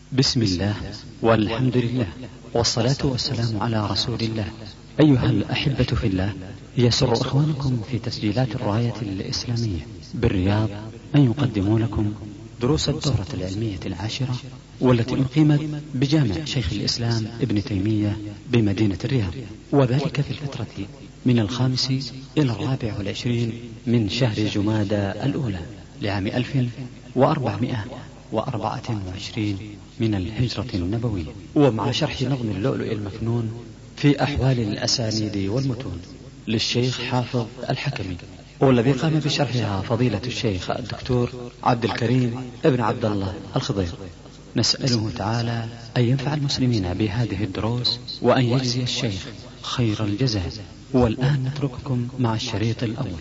بسم الله والحمد لله والصلاة والسلام على رسول الله. أيها الأحبة في الله، يسر إخوانكم في تسجيلات الراية الإسلامية بالرياض أن يقدموا لكم دروس الدورة العلمية 10 والتي أقيمت بجامع شيخ الإسلام ابن تيمية بمدينة الرياض، وذلك في الفترة من 5 إلى 24 من شهر جمادى الأولى لعام 1424 من الهجرة النبوية، ومع شرح نظم اللؤلؤ المكنون في أحوال الأسانيد والمتون للشيخ حافظ الحكمي، والذي قام بشرحها فضيلة الشيخ الدكتور عبد الكريم ابن عبد الله الخضير. نسأله تعالى أن ينفع المسلمين بهذه الدروس وأن يجزي الشيخ خير الجزاء. والآن نترككم مع الشريط الأول.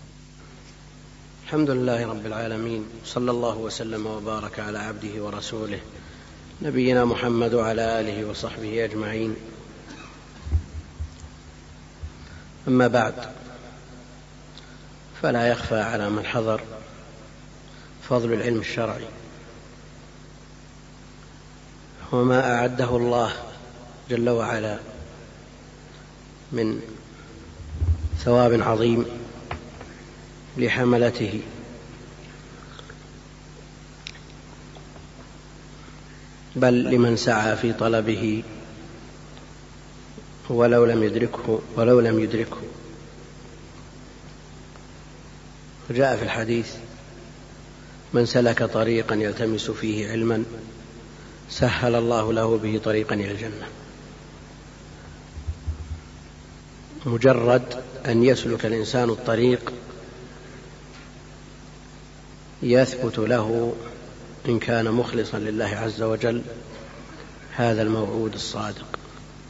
الحمد لله رب العالمين، صلى الله وسلم وبارك على عبده ورسوله نبينا محمد وعلى آله وصحبه أجمعين. أما بعد، فلا يخفى على من حضر فضل العلم الشرعي وما أعده الله جل وعلا من ثواب عظيم لحملته، بل لمن سعى في طلبه ولو لم يدركه. وجاء في الحديث: من سلك طريقا يلتمس فيه علما سهل الله له به طريقا إلى الجنة. مجرد أن يسلك الإنسان الطريق يثبت له إن كان مخلصا لله عز وجل هذا الموعود الصادق.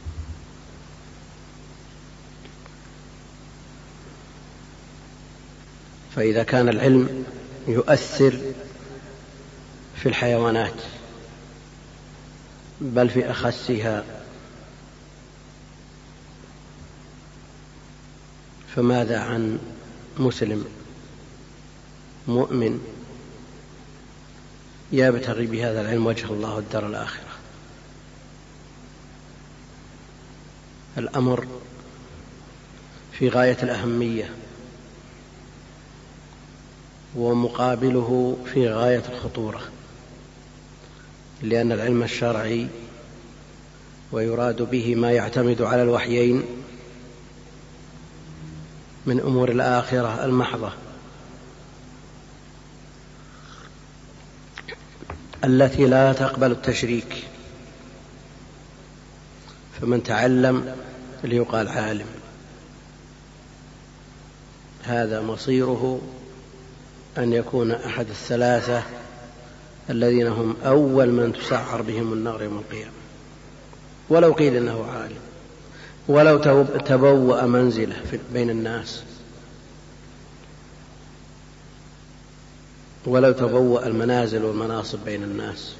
فإذا كان العلم يؤثر في الحيوانات بل في أخسها، فماذا عن مسلم مؤمن يبتغي بهذا العلم وجه الله والدار الآخرة؟ الأمر في غاية الأهمية، ومقابله في غاية الخطورة، لأن العلم الشرعي ويراد به ما يعتمد على الوحيين من أمور الآخرة المحضة التي لا تقبل التشريك. فمن تعلم ليقال عالم، هذا مصيره أن يكون أحد الثلاثة الذين هم أول من تسعر بهم النار يوم القيامة، ولو قيل إنه عالم، ولو تبوأ منزله بين الناس، ولو تبوأ المنازل والمناصب بين الناس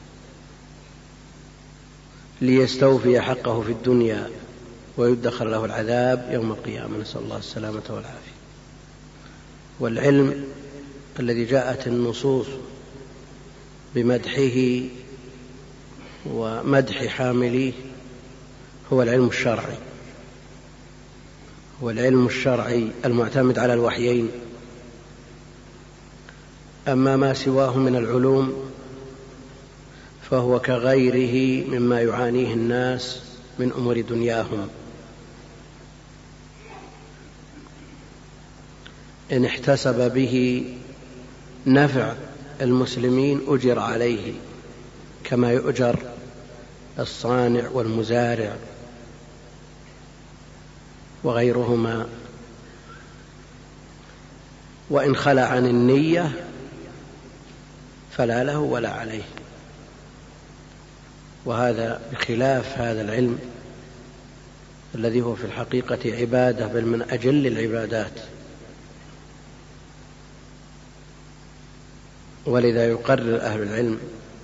ليستوفي حقه في الدنيا ويدخر له العذاب يوم القيامة، نسأل الله السلامة والعافية. والعلم الذي جاءت النصوص بمدحه ومدح حامليه هو العلم الشرعي، والعلم الشرعي المعتمد على الوحيين. أما ما سواه من العلوم فهو كغيره مما يعانيه الناس من أمور دنياهم، إن احتسب به نفع المسلمين أجر عليه كما يؤجر الصانع والمزارع وغيرهما، وإن خلى عن النية فلا له ولا عليه. وهذا بخلاف هذا العلم الذي هو في الحقيقة عبادة، بل من أجل العبادات. ولذا يقرر أهل العلم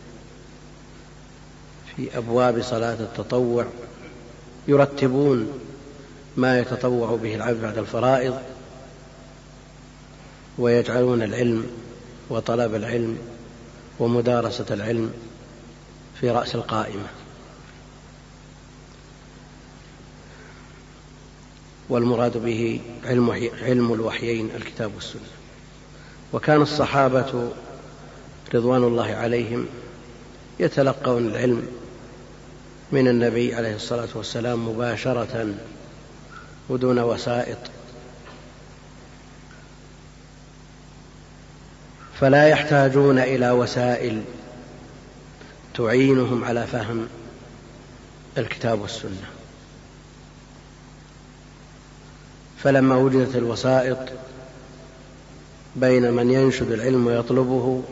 في أبواب صلاة التطوع، يرتبون ما يتطوع به العبد بعد الفرائض، ويجعلون العلم وطلب العلم ومدارسة العلم في رأس القائمة. والمراد به علم الوحيين الكتاب والسنة. وكان الصحابة رضوان الله عليهم يتلقون العلم من النبي عليه الصلاة والسلام مباشرة ودون وسائط، فلا يحتاجون إلى وسائل تعينهم على فهم الكتاب والسنة. فلما وجدت الوسائط بين من ينشد العلم ويطلبه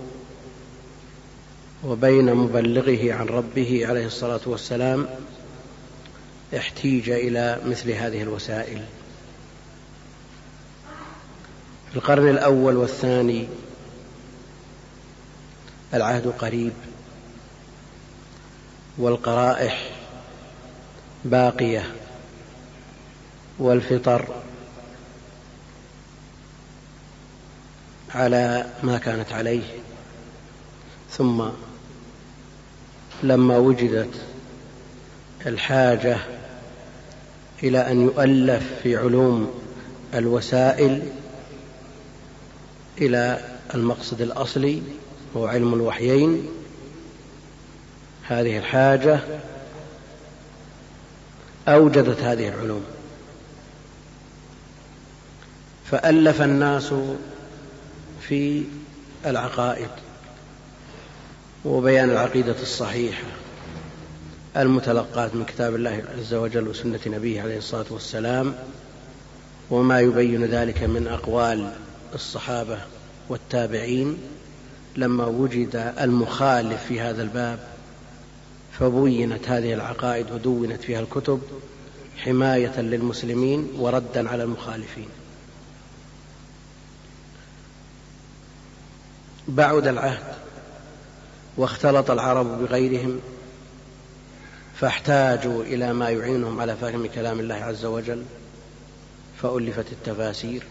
وبين مبلغه عن ربه عليه الصلاة والسلام، احتيج إلى مثل هذه الوسائل. في القرن الأول والثاني العهد قريب والقرائح باقية والفطر على ما كانت عليه. ثم لما وجدت الحاجة إلى أن يؤلف في علوم الوسائل إلى المقصد الأصلي هو علم الوحيين، هذه الحاجة أوجدت هذه العلوم، فألف الناس في العقائد وبيان العقيدة الصحيحة المتلقاة من كتاب الله عز وجل وسنة نبيه عليه الصلاة والسلام، وما يبين ذلك من أقوال الصحابة والتابعين. لما وجد المخالف في هذا الباب فبينت هذه العقائد ودونت فيها الكتب حماية للمسلمين وردا على المخالفين. بعد العهد واختلط العرب بغيرهم فاحتاجوا إلى ما يعينهم على فهم كلام الله عز وجل، فألفت التفاسير.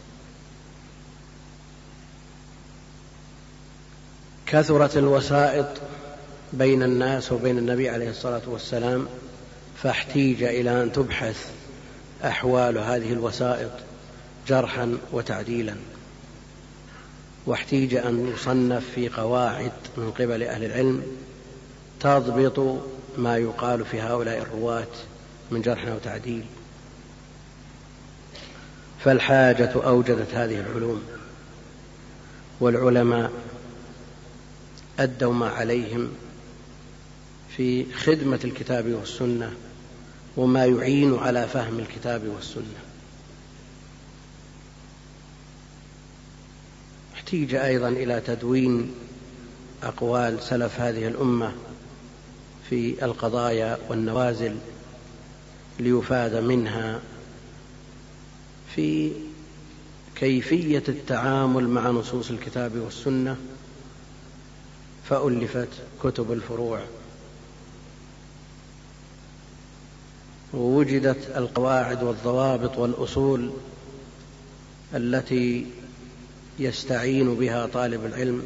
كثرت الوسائط بين الناس وبين النبي عليه الصلاة والسلام، فاحتيج إلى أن تبحث أحوال هذه الوسائط جرحا وتعديلا، واحتيج أن يصنف في قواعد من قبل أهل العلم تضبط ما يقال في هؤلاء الرواة من جرح وتعديل. فالحاجة أوجدت هذه العلوم، والعلماء أدوا ما عليهم في خدمة الكتاب والسنة وما يعين على فهم الكتاب والسنة. احتيج أيضا إلى تدوين أقوال سلف هذه الأمة في القضايا والنوازل ليفاد منها في كيفية التعامل مع نصوص الكتاب والسنة، فألفت كتب الفروع، ووجدت القواعد والضوابط والأصول التي يستعين بها طالب العلم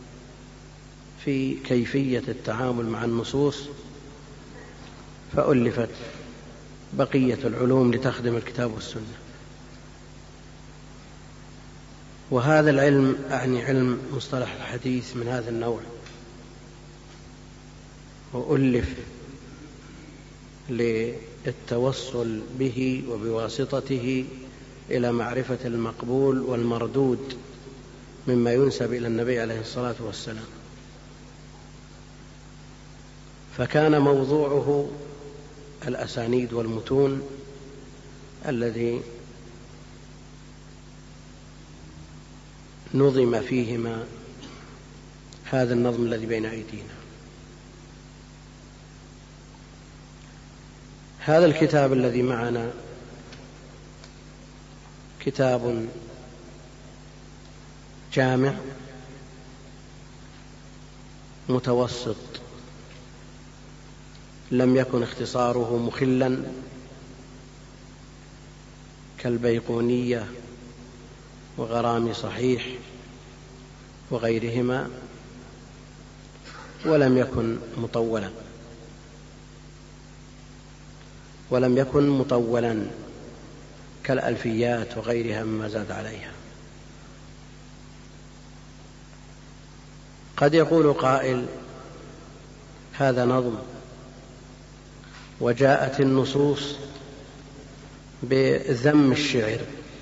في كيفية التعامل مع النصوص، فألفت بقية العلوم لتخدم الكتاب والسنة. وهذا العلم أعني علم مصطلح الحديث من هذا النوع، وألف للتوصل به وبواسطته إلى معرفة المقبول والمردود مما ينسب إلى النبي عليه الصلاة والسلام. فكان موضوعه الأسانيد والمتون الذي نظم فيهما هذا النظم الذي بين أيدينا. هذا الكتاب الذي معنا كتاب جامع متوسط، لم يكن اختصاره مخلا كالبيقونية وغرام صحيح وغيرهما، ولم يكن مطولا كالألفيات وغيرها مما زاد عليها. قد يقول قائل: هذا نظم وجاءت النصوص بذم الشعر،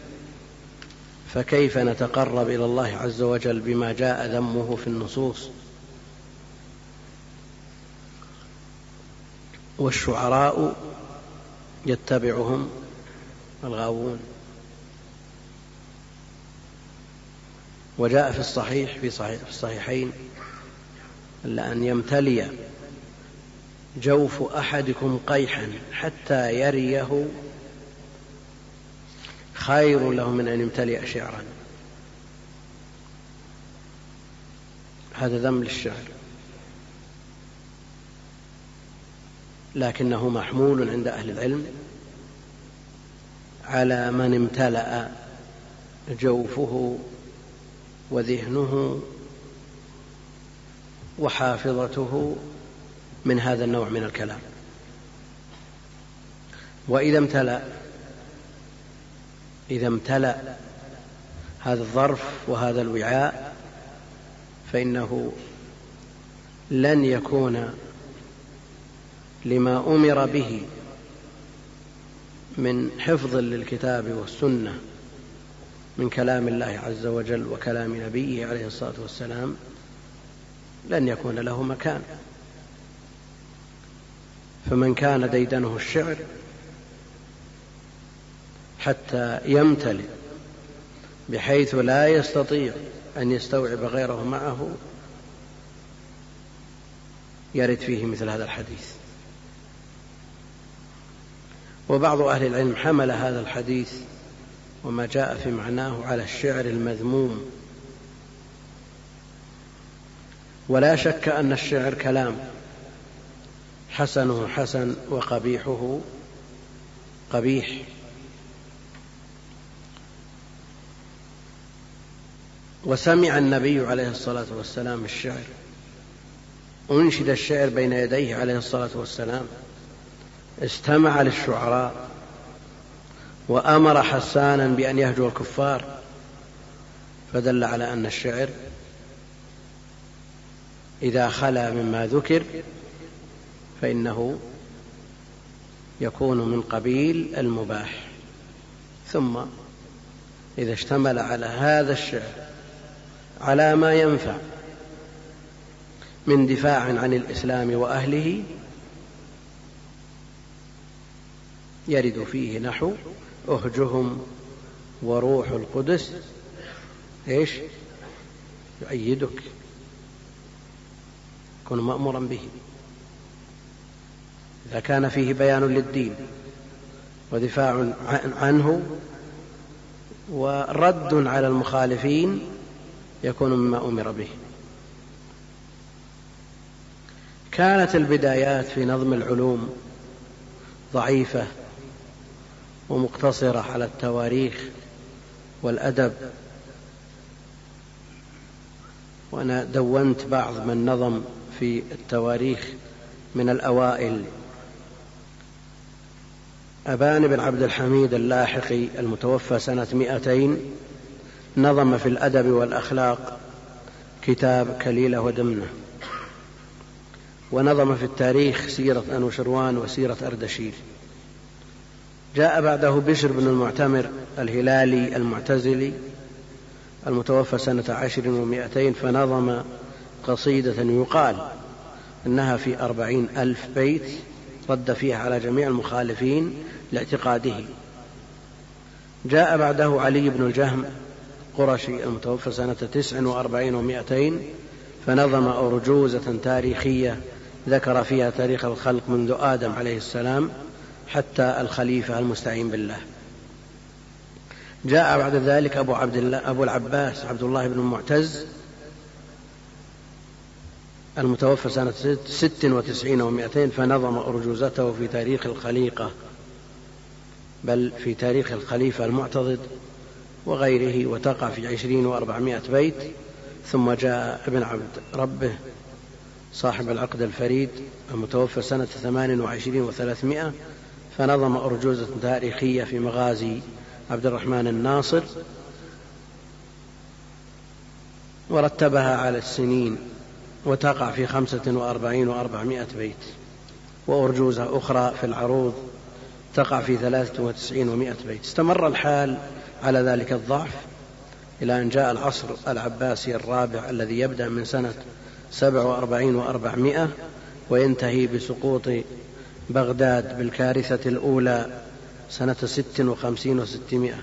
فكيف نتقرب إلى الله عز وجل بما جاء ذمه في النصوص؟ والشعراء يتبعهم الغاوون. وجاء في الصحيحين لأن يمتلي جوف أحدكم قيحا حتى يريه خير له من أن يمتلئ شعرا. هذا ذم للشعر، لكنه محمول عند أهل العلم على من امتلأ جوفه وذهنه وحافظته من هذا النوع من الكلام. وإذا امتلأ هذا الظرف وهذا الوعاء فإنه لن يكون لما أمر به من حفظ للكتاب والسنة من كلام الله عز وجل وكلام نبيه عليه الصلاة والسلام، لن يكون له مكان. فمن كان ديدنه الشعر حتى يمتلئ بحيث لا يستطيع أن يستوعب غيره معه، يرد فيه مثل هذا الحديث. وبعض أهل العلم حمل هذا الحديث وما جاء في معناه على الشعر المذموم. ولا شك أن الشعر كلام، حسنه حسن وقبيحه قبيح. وسمع النبي عليه الصلاة والسلام الشعر، أنشد الشعر بين يديه عليه الصلاة والسلام، استمع للشعراء، وأمر حسانا بأن يهجو الكفار، فدل على أن الشعر إذا خلا مما ذكر فإنه يكون من قبيل المباح. ثم إذا اشتمل على هذا الشعر على ما ينفع من دفاع عن الإسلام وأهله، يرد فيه نحو أهجهم وروح القدس يؤيدك، كن مأمورا به. إذا كان فيه بيان للدين ودفاع عنه ورد على المخالفين يكون مما أمر به. كانت البدايات في نظم العلوم ضعيفة ومقتصرة على التواريخ والأدب، وأنا دونت بعض من نظم في التواريخ من الأوائل. أبان بن عبد الحميد اللاحقي المتوفى سنة 200 نظم في الأدب والأخلاق كتاب كليلة ودمنة، ونظم في التاريخ سيرة أنوشروان وسيرة أردشير. جاء بعده بشر بن المعتمر الهلالي المعتزلي المتوفى سنة 10 و200 فنظم قصيدة يقال أنها في 40,000 بيت رد فيها على جميع المخالفين لاعتقاده. جاء بعده علي بن الجهم قرشي المتوفى سنة 49 و200 فنظم أرجوزة تاريخية ذكر فيها تاريخ الخلق منذ آدم عليه السلام حتى الخليفة المستعين بالله. جاء بعد ذلك أبو العباس عبد الله بن المعتز المتوفى سنة 96 و200 فنظم أرجوزته في تاريخ الخليقة، بل في تاريخ الخليفة المعتضد وغيره، وتقع في 20 و400 بيت. ثم جاء ابن عبد ربه صاحب العقد الفريد المتوفى سنة 28 و300، فنظم أرجوزة تاريخية في مغازي عبد الرحمن الناصر ورتبها على السنين، وتقع في 45 و400 بيت، وأرجوزة أخرى في العروض تقع في 93 و100 بيت. استمر الحال على ذلك الضعف إلى أن جاء العصر العباسي الرابع الذي يبدأ من سنة 47 و400 وينتهي بسقوط بغداد بالكارثة الأولى سنة 56 و600،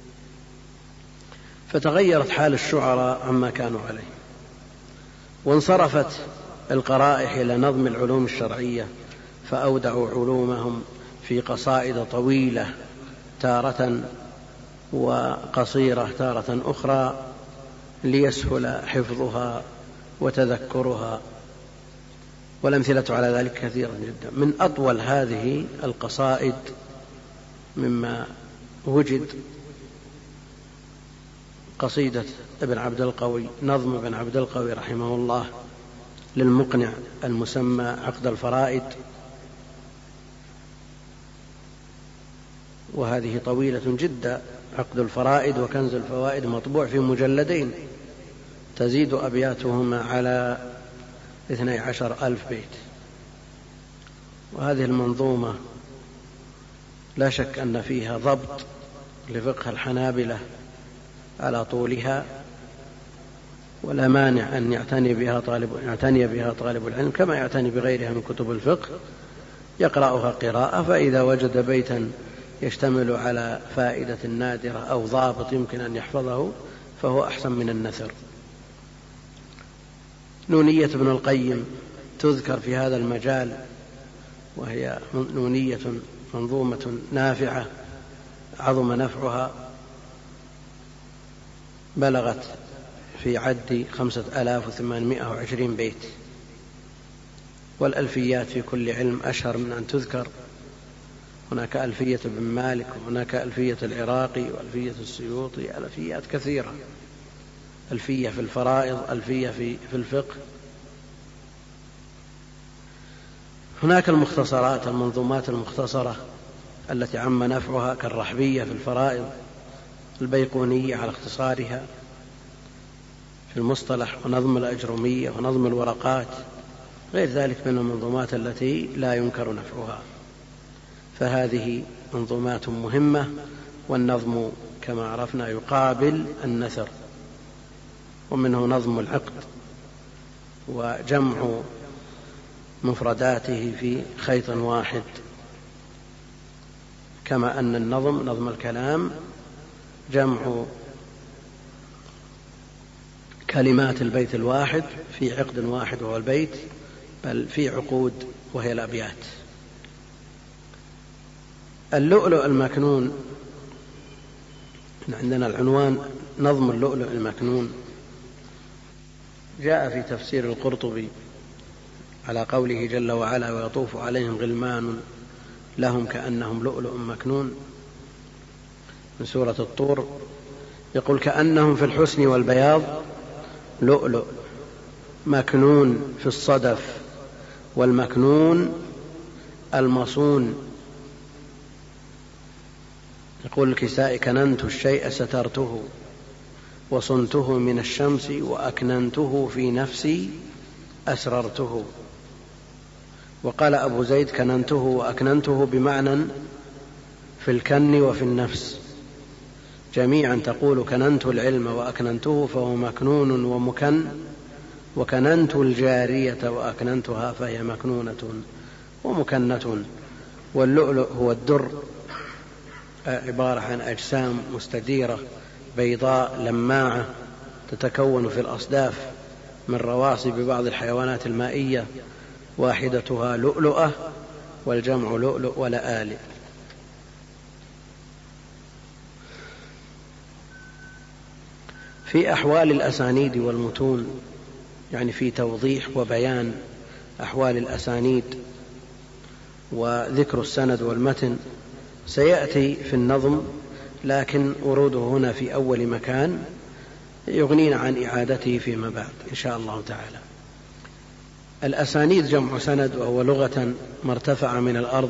فتغيرت حال الشعراء عما كانوا عليه، وانصرفت القرائح إلى نظم العلوم الشرعية، فأودعوا علومهم في قصائد طويلة تارة وقصيرة تارة أخرى ليسهل حفظها وتذكرها، والأمثلة على ذلك كثيرا جدا. من أطول هذه القصائد مما وجد قصيدة ابن عبد القوي، نظم ابن عبد القوي رحمه الله للمقنع المسمى عقد الفرائد، وهذه طويلة جدا. عقد الفرائد وكنز الفوائد مطبوع في مجلدين، تزيد أبياتهما على 12,000 بيت. وهذه المنظومة لا شك أن فيها ضبط لفقه الحنابلة على طولها، ولا مانع أن يعتني بها طالب العلم كما يعتني بغيرها من كتب الفقه، يقرأها قراءة، فإذا وجد بيتا يشتمل على فائدة نادرة أو ضابط يمكن أن يحفظه فهو أحسن من النثر. نونية ابن القيم تذكر في هذا المجال، وهي نونية منظومة نافعة عظم نفعها، بلغت في عد 5820 بيت. والألفيات في كل علم أشهر من أن تذكر، هناك ألفية ابن مالك، وهناك ألفية العراقي، وألفية السيوطي، ألفيات كثيرة، ألفية في الفرائض، ألفية في الفقه. هناك المختصرات، المنظومات المختصرة التي عم نفعها كالرحبية في الفرائض، البيقونية على اختصارها في المصطلح، ونظم الأجرمية، ونظم الورقات، غير ذلك من المنظومات التي لا ينكر نفعها. فهذه منظومات مهمة، والنظم كما عرفنا يقابل النثر. ومنه نظم العقد وجمع مفرداته في خيط واحد، كما أن النظم نظم الكلام جمع كلمات البيت الواحد في عقد واحد وهو البيت، بل في عقود وهي الأبيات. اللؤلؤ المكنون، عندنا العنوان نظم اللؤلؤ المكنون، جاء في تفسير القرطبي على قوله جل وعلا: ويطوف عليهم غلمان لهم كأنهم لؤلؤ مكنون، من سورة الطور، يقول: كأنهم في الحسن والبياض لؤلؤ مكنون في الصدف، والمكنون المصون. يقول الكسائي: كننت الشيء سترته، وصنته من الشمس، وأكننته في نفسي أسررته. وقال أبو زيد: كننته وأكننته بمعنى في الكن وفي النفس، جميعا تقول كننت العلم وأكننته فهو مكنون ومكن، وكننت الجارية وأكننتها فهي مكنونة ومكنة. واللؤلؤ هو الدر، عبارة عن أجسام مستديرة بيضاء لماعة تتكون في الأصداف من رواسب بعض الحيوانات المائية، واحدتها لؤلؤة، والجمع لؤلؤ ولآلئ. في أحوال الأسانيد والمتون، يعني في توضيح وبيان أحوال الأسانيد وذكر السند والمتن، سيأتي في النظم، لكن وروده هنا في أول مكان يغنينا عن إعادته فيما بعد إن شاء الله تعالى. الأسانيد جمع سند، وهو لغة ما ارتفع من الأرض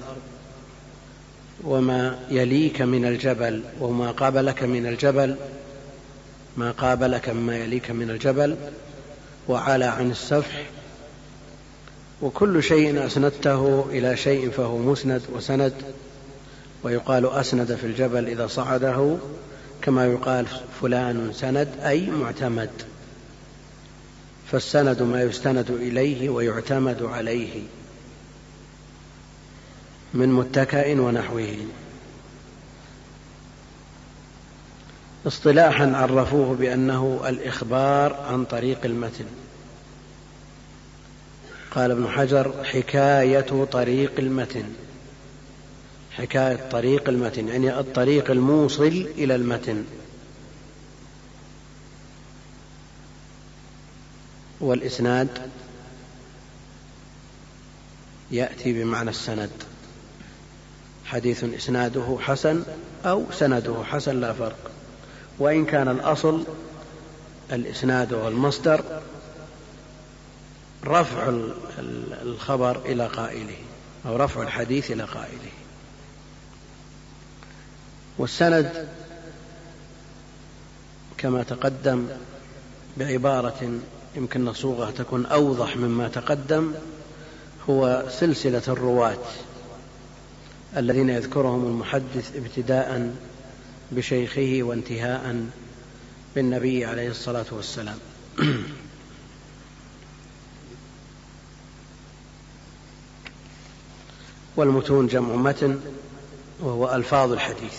وما يليك من الجبل، وما قابلك من الجبل، ما قابلك مما يليك من الجبل، وعلى عن السفح. وكل شيء أسندته إلى شيء فهو مسند وسند. ويقال أسند في الجبل إذا صعده، كما يقال فلان سند أي معتمد. فالسند ما يستند إليه ويعتمد عليه من متكأ ونحوه. اصطلاحا عرفوه بأنه الإخبار عن طريق المتن. قال ابن حجر: حكاية طريق المتن، حكاية طريق المتن يعني الطريق الموصل إلى المتن. والإسناد يأتي بمعنى السند، حديث إسناده حسن أو سنده حسن لا فرق، وإن كان الأصل الإسناد والمصدر رفع الخبر إلى قائله أو رفع الحديث إلى قائله. والسند كما تقدم بعبارة يمكن نصوغها تكون أوضح مما تقدم، هو سلسلة الرواة الذين يذكرهم المحدث ابتداء بشيخه وانتهاء بالنبي عليه الصلاة والسلام. والمتون جمع متن، وهو ألفاظ الحديث،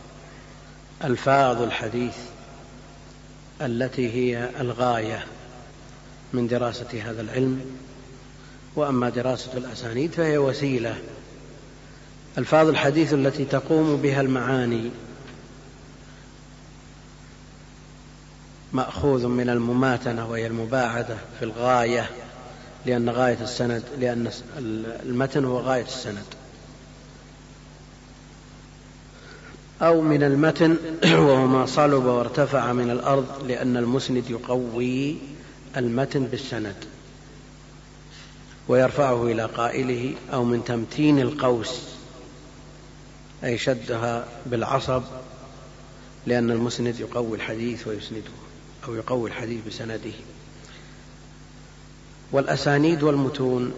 ألفاظ الحديث التي هي الغاية من دراسة هذا العلم. وأما دراسة الأسانيد فهي وسيلة. ألفاظ الحديث التي تقوم بها المعاني مأخوذ من المماتنة وهي المباعدة في الغاية، لأن غاية السند، لأن المتن هو غاية السند، أو من المتن وهو ما صلب وارتفع من الأرض، لأن المسند يقوي المتن بالسند ويرفعه إلى قائله، أو من تمتين القوس أي شدها بالعصب، لأن المسند يقوي الحديث ويسنده أو يقوي الحديث بسنده. والأسانيد والمتون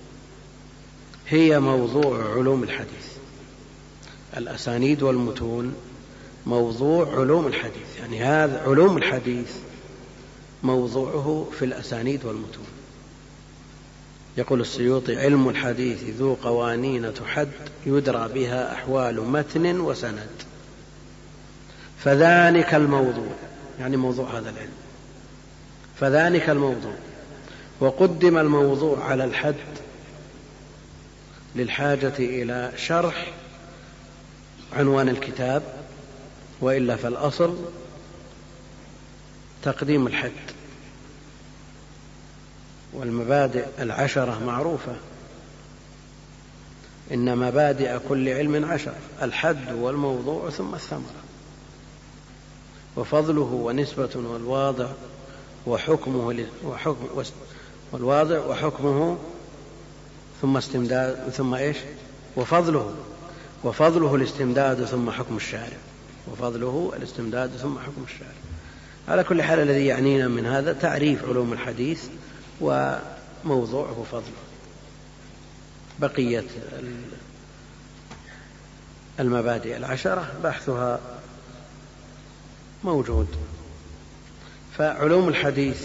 هي موضوع علوم الحديث. الأسانيد والمتون موضوع علوم الحديث، يعني هذا علوم الحديث موضوعه في الأسانيد والمتون. يقول السيوطي: علم الحديث ذو قوانين تحد، يدرى بها أحوال متن وسند، فذلك الموضوع، يعني موضوع هذا العلم، فذلك الموضوع. وقدم الموضوع على الحد للحاجة إلى شرح عنوان الكتاب، وإلا فالأصل تقديم الحد. والمبادئ 10 معروفة، إن مبادئ كل علم 10: الحد والموضوع ثم الثمرة، وفضله ونسبة والواضع وحكمه والواضع وحكمه ثم استمداد ثم إيش وفضله الاستمداد ثم حكم الشارع، وفضله الاستمداد ثم حكم الشارع. على كل حال الذي يعنينا من هذا تعريف علوم الحديث وموضوعه فضله. بقية المبادئ 10 بحثها موجود. فعلوم الحديث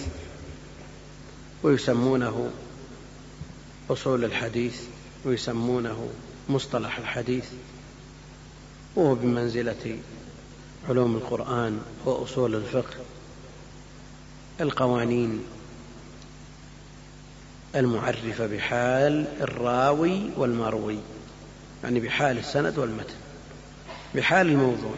ويسمونه أصول الحديث ويسمونه مصطلح الحديث، وهو بمنزلة علوم القرآن وأصول الفقه، القوانين المعرفة بحال الراوي والمروي، يعني بحال السند والمتن، بحال الموضوع.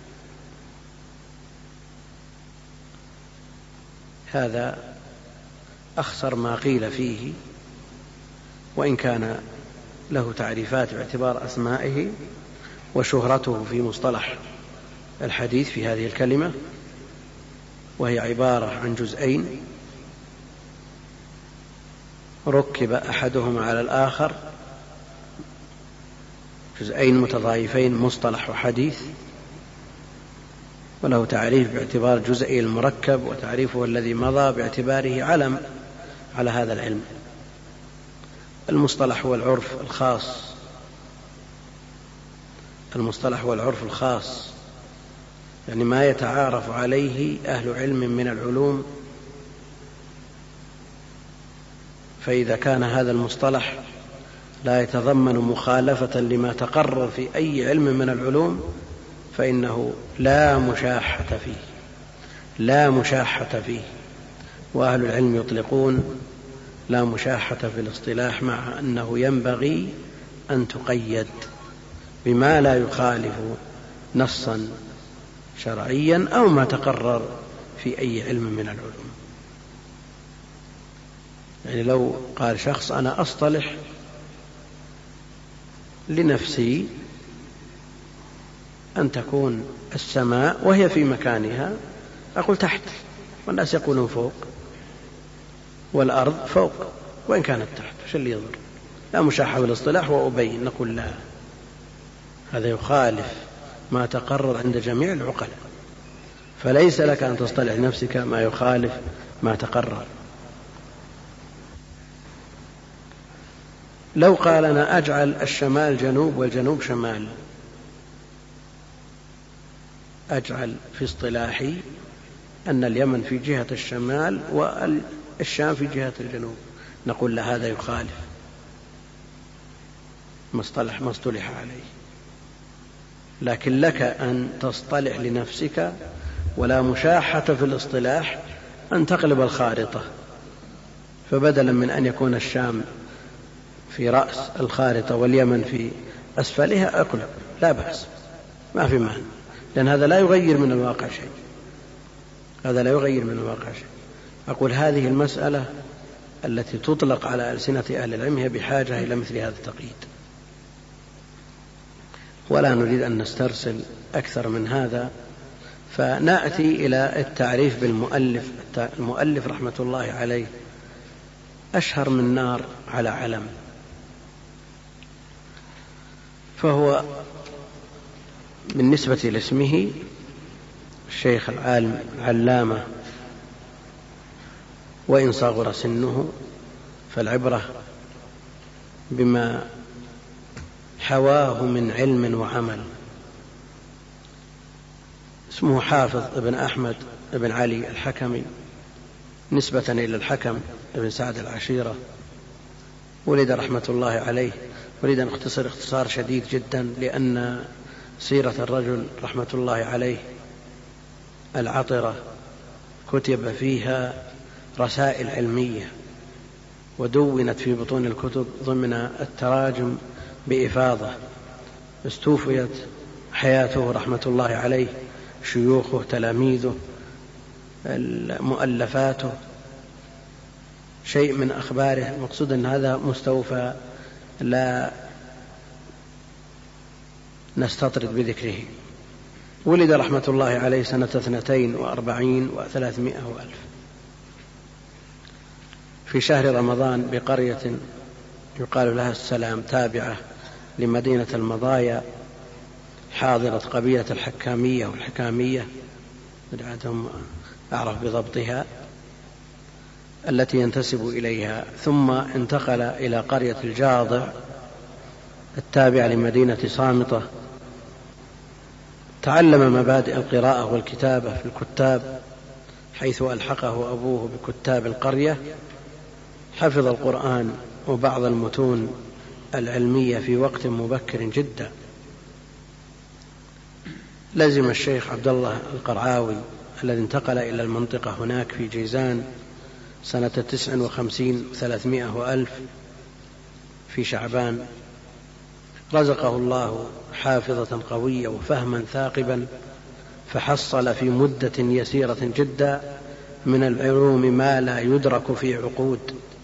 هذا أخسر ما قيل فيه، وإن كان له تعريفات باعتبار أسمائه وشهرته في مصطلح الحديث في هذه الكلمة، وهي عبارة عن جزئين: ركب أحدهما على الآخر، جزئين متضايفين مصطلح وحديث، وله تعريف باعتبار جزئي المركب، وتعريفه الذي مضى باعتباره علم على هذا العلم. المصطلح هو العرف الخاص، المصطلح هو العرف الخاص، يعني ما يتعارف عليه أهل علم من العلوم. فإذا كان هذا المصطلح لا يتضمن مخالفة لما تقرر في أي علم من العلوم فإنه لا مشاحة فيه، وأهل العلم يطلقون لا مشاحة في الاصطلاح، مع أنه ينبغي أن تقيد بما لا يخالف نصا شرعيا أو ما تقرر في أي علم من العلوم. يعني لو قال شخص أنا أصطلح لنفسي أن تكون السماء وهي في مكانها، أقول تحت، والناس يقولون فوق، والأرض فوق وإن كانت تحت، وش اللي يضر؟ لا مشاحة بالاصطلاح وأبين، نقول لا، هذا يخالف ما تقرر عند جميع العقلاء، فليس لك أن تصطلح نفسك ما يخالف ما تقرر. لو قال أنا أجعل الشمال جنوب والجنوب شمال، أجعل في اصطلاحي أن اليمن في جهة الشمال والشام في جهة الجنوب، نقول لا، هذا يخالف ما اصطلح عليه. لكن لك أن تصطلح لنفسك، ولا مشاحة في الاصطلاح، أن تقلب الخارطة، فبدلا من أن يكون الشام في رأس الخارطة واليمن في أسفلها أقلب، لا بأس، ما في معنى، لأن هذا لا يغير من الواقع شيء، هذا لا يغير من الواقع شيء. أقول هذه المسألة التي تطلق على ألسنة أهل العلم هي بحاجة إلى مثل هذا التقييد، ولا نريد أن نسترسل أكثر من هذا، فنأتي إلى التعريف بالمؤلف. المؤلف رحمة الله عليه أشهر من نار على علم، فهو بالنسبة لاسمه الشيخ العالم العلامة، وإن صغر سنه فالعبرة بما حواه من علم وعمل. اسمه حافظ ابن أحمد ابن علي الحكمي، نسبة إلى الحكم ابن سعد العشيرة. ولد رحمة الله عليه، أريد أن أختصر اختصار شديد جدا، لأن سيرة الرجل رحمة الله عليه العطرة كتب فيها رسائل علمية، ودونت في بطون الكتب ضمن التراجم بإفاضة. استوفيت حياته رحمة الله عليه، شيوخه، تلاميذه، مؤلفاته، شيء من أخباره. المقصود أن هذا مستوفى لا نستطرد بذكره. ولد رحمة الله عليه سنة 42 و300 وألف في شهر رمضان بقرية يقال لها السلام، تابعة لمدينة المضايا، حاضرة قبيلة الحكامية والحكامية، هم أعرف بضبطها، التي ينتسب إليها. ثم انتقل إلى قرية الجاضع التابعة لمدينة صامتة، تعلم مبادئ القراءة والكتابة في الكتاب، حيث ألحقه أبوه بكتاب القرية. حفظ القرآن وبعض المتون العلمية في وقت مبكر جدا. لزم الشيخ عبد الله القرعاوي الذي انتقل إلى المنطقة هناك في جيزان سنة 59 و300 وألف في شعبان. رزقه الله حافظة قوية وفهما ثاقبا، فحصل في مدة يسيرة جدا من العلوم ما لا يدرك في عقود،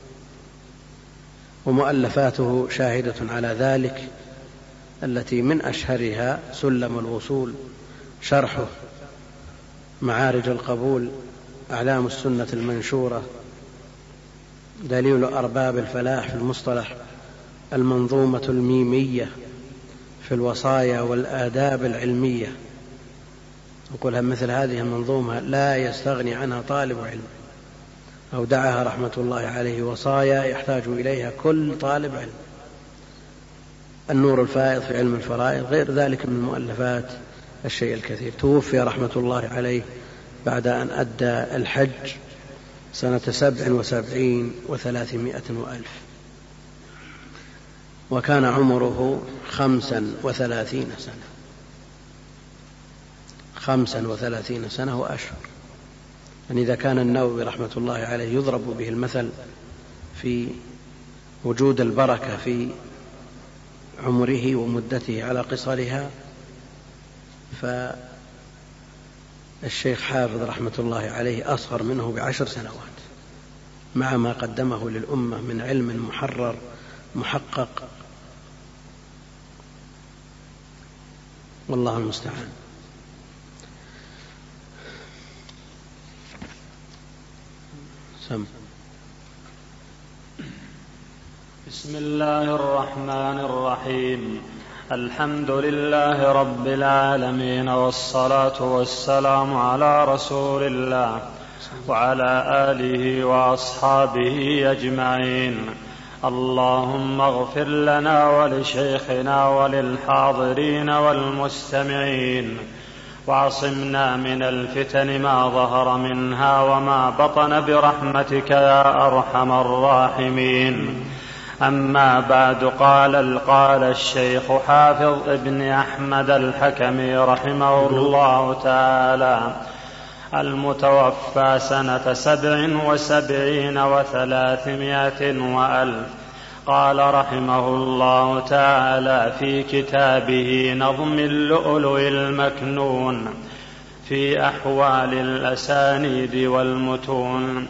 ومؤلفاته شاهدة على ذلك، التي من أشهرها سلم الوصول، شرحه معارج القبول، أعلام السنة المنشورة، دليل أرباب الفلاح في المصطلح المنظومة الميمية في الوصايا والآداب العلمية. نقولها مثل هذه المنظومة لا يستغني عنها طالب علم، أودعها رحمة الله عليه وصايا يحتاج إليها كل طالب علم. النور الفائض في علم الفرائض، غير ذلك من مؤلفات الشيء الكثير. توفي رحمة الله عليه بعد أن أدى الحج سنة 77 و300 وألف، وكان عمره 35 سنة، 35 سنة وأشهر. يعني إذا كان النووي رحمة الله عليه يضرب به المثل في وجود البركة في عمره ومدته على قصرها، فالشيخ حافظ رحمة الله عليه أصغر منه ب10 سنوات، مع ما قدمه للأمة من علم محرر محقق، والله المستعان. بسم الله الرحمن الرحيم. الحمد لله رب العالمين، والصلاة والسلام على رسول الله وعلى آله وأصحابه أجمعين. اللهم اغفر لنا ولشيخنا وللحاضرين والمستمعين، وعصمنا من الفتن ما ظهر منها وما بطن برحمتك يا أرحم الراحمين. أما بعد، قال الشيخ حافظ ابن أحمد الحكمي رحمه الله تعالى، المتوفى سنة 77 و300 وألف، قال رحمه الله تعالى في كتابه نظم اللؤلؤ المكنون في أحوال الأسانيد والمتون: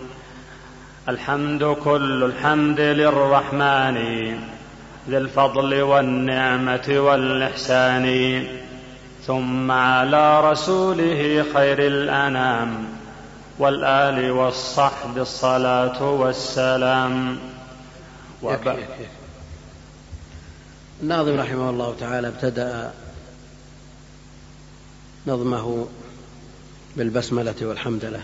كل الحمد للرحمن ذي الفضل والنعمة والإحسان، ثم على رسوله خير الأنام والآل والصحب الصلاة والسلام. الناظم رحمه الله تعالى ابتدأ نظمه بالبسملة والحمدلله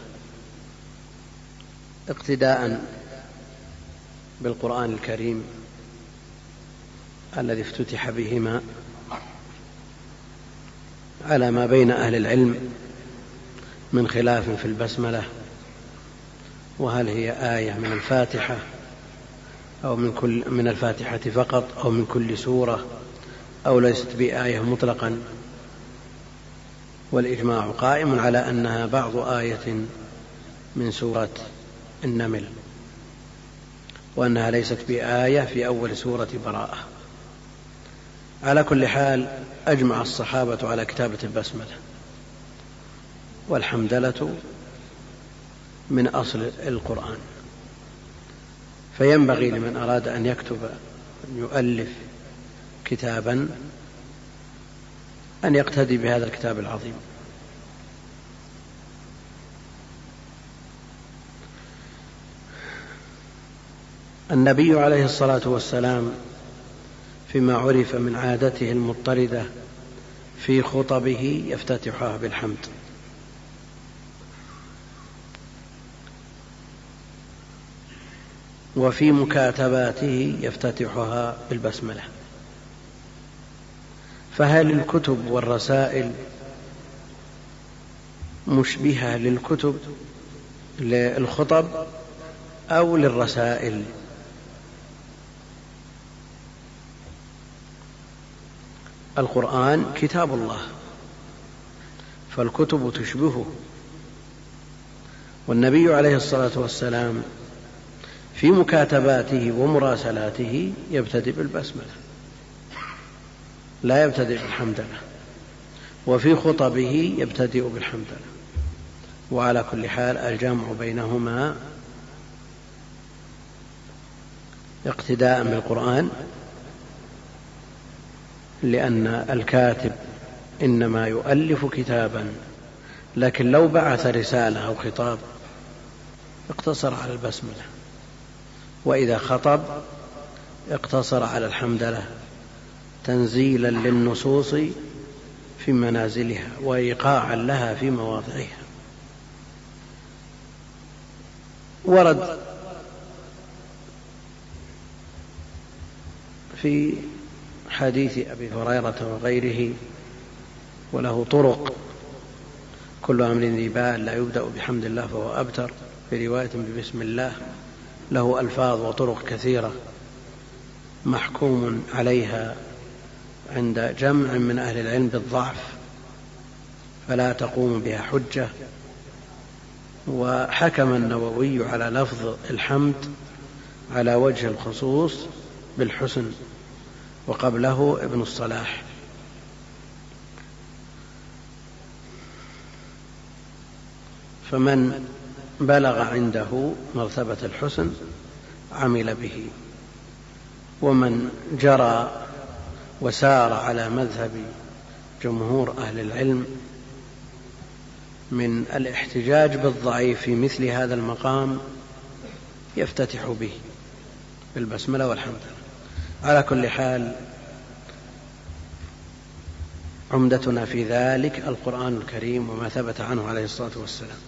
اقتداء بالقرآن الكريم الذي افتتح بهما، على ما بين أهل العلم من خلاف في البسملة، وهل هي آية من الفاتحة أو من الفاتحة فقط أو من كل سورة أو ليست بآية مطلقا. والإجماع قائم على أنها بعض آية من سورة النمل، وأنها ليست بآية في أول سورة براءة. على كل حال أجمع الصحابة على كتابة البسملة، والحمدلة من أصل القرآن، فينبغي لمن أراد أن يكتب أن يؤلف كتابا أن يقتدي بهذا الكتاب العظيم. النبي عليه الصلاة والسلام فيما عرف من عادته المضطردة في خطبه يفتتحها بالحمد، وفي مكاتباته يفتتحها بالبسملة. فهل الكتب والرسائل مشبهة للكتب للخطب أو للرسائل؟ القرآن كتاب الله، فالكتب تشبهه، والنبي عليه الصلاة والسلام في مكاتباته ومراسلاته يبتدئ بالبسملة، لا يبتدئ بالحمدلله، وفي خطبه يبتدئ بالحمدلله. وعلى كل حال الجمع بينهما اقتداء بالقرآن، لأن الكاتب إنما يؤلف كتابا، لكن لو بعث رسالة أو خطاب اقتصر على البسملة، وإذا خطب اقتصر على الحمدلله تنزيلا للنصوص في منازلها وإيقاعا لها في مواضعها. ورد في حديث أبي هريرة وغيره وله طرق كل أمر ذي بال لا يبدأ بحمد الله فهو أبتر، في رواية ببسم الله، له ألفاظ وطرق كثيرة محكوم عليها عند جمع من أهل العلم بالضعف فلا تقوم بها حجة. وحكم النووي على لفظ الحمد على وجه الخصوص بالحسن، وقبله ابن الصلاح. فمن بلغ عنده مرتبة الحسن عمل به، ومن جرى وسار على مذهب جمهور أهل العلم من الاحتجاج بالضعيف في مثل هذا المقام يفتتح به بالبسملة والحمد لله. على كل حال عمدتنا في ذلك القرآن الكريم وما ثبت عنه عليه الصلاة والسلام.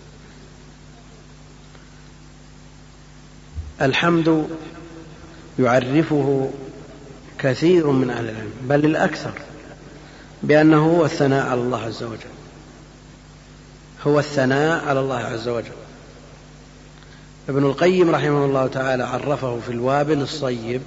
الحمد يعرفه كثير من أهل العلم بل الأكثر بأنه هو الثناء على الله عز وجل، هو الثناء على الله عز وجل. ابن القيم رحمه الله تعالى عرفه في الوابل الصيب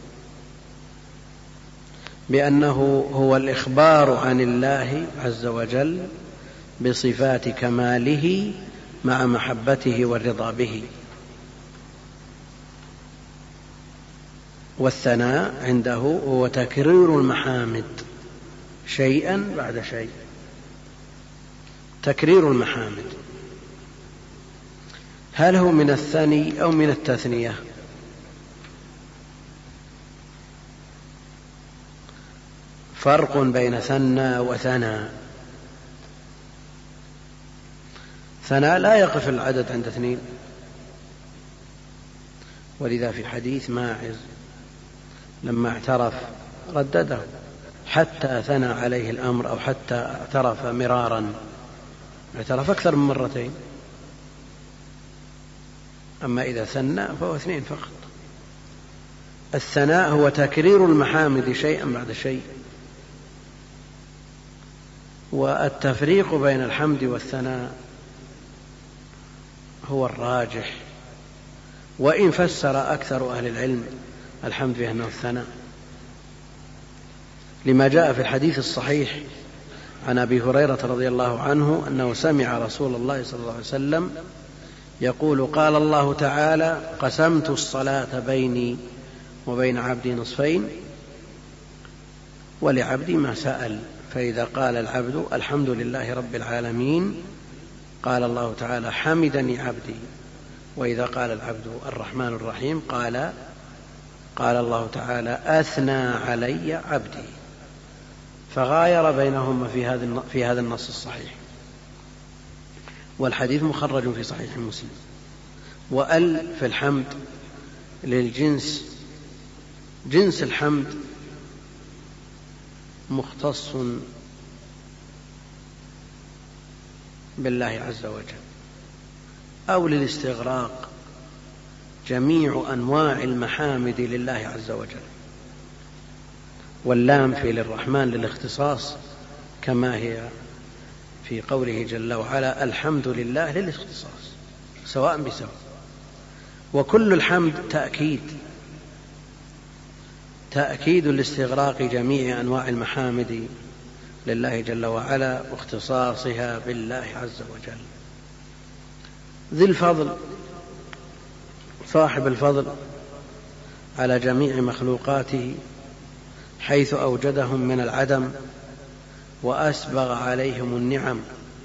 بأنه هو الإخبار عن الله عز وجل بصفات كماله مع محبته والرضا به. والثناء عنده هو تكرير المحامد شيئا بعد شيء، تكرير المحامد. هل هو من الثني أو من التثنية؟ فرق بين ثنى وثنى. ثنى لا يقف العدد عند اثنين، ولذا في حديث ماعز لما اعترف ردده حتى ثنى عليه الأمر، أو حتى اعترف مرارا، اعترف أكثر من مرتين. أما إذا ثنى فهو اثنين فقط. الثناء هو تكرير المحامد شيئا بعد شيء، والتفريق بين الحمد والثناء هو الراجح، وإن فسر أكثر أهل العلم الحمد بأنه الثناء، لما جاء في الحديث الصحيح عن أبي هريرة رضي الله عنه أنه سمع رسول الله صلى الله عليه وسلم يقول: قال الله تعالى: قسمت الصلاة بيني وبين عبدي نصفين ولعبدي ما سأل، فإذا قال العبد الحمد لله رب العالمين قال الله تعالى: حمدني عبدي، وإذا قال العبد الرحمن الرحيم قال الله تعالى: أثنى علي عبدي. فغاير بينهما في هذا النص الصحيح، والحديث مخرج في صحيح مسلم. وأل في الحمد للجنس، جنس الحمد مختص بالله عز وجل، أو للاستغراق، جميع أنواع المحامد لله عز وجل. واللام في للرحمن للاختصاص، كما هي في قوله جل وعلا: الحمد لله للاختصاص سواء بسواء. وكل الحمد تأكيد لاستغراق جميع أنواع المحامد لله جل وعلا واختصاصها بالله عز وجل. ذي الفضل، صاحب الفضل على جميع مخلوقاته، حيث أوجدهم من العدم وأسبغ عليهم النعم.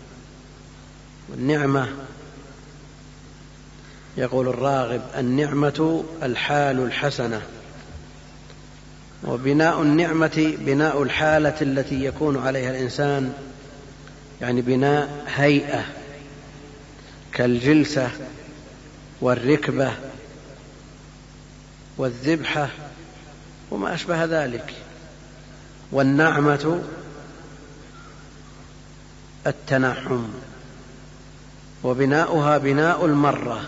والنعمة يقول الراغب: النعمة الحال الحسنة، وبناء النعمة بناء الحالة التي يكون عليها الإنسان، يعني بناء هيئة كالجلسة والركبة والذبحة وما أشبه ذلك. والنعمة التنعم، وبناؤها بناء المرة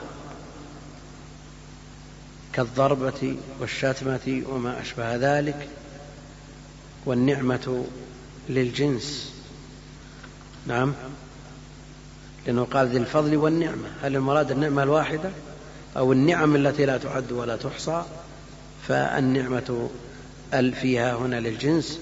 كالضربة والشتمة وما أشبه ذلك. والنعمة للجنس، نعم، لأنه قال ذي الفضل والنعمة. هل المراد النعمة الواحدة أو النعم التي لا تعد ولا تحصى؟ فالنعمة فيها هنا للجنس،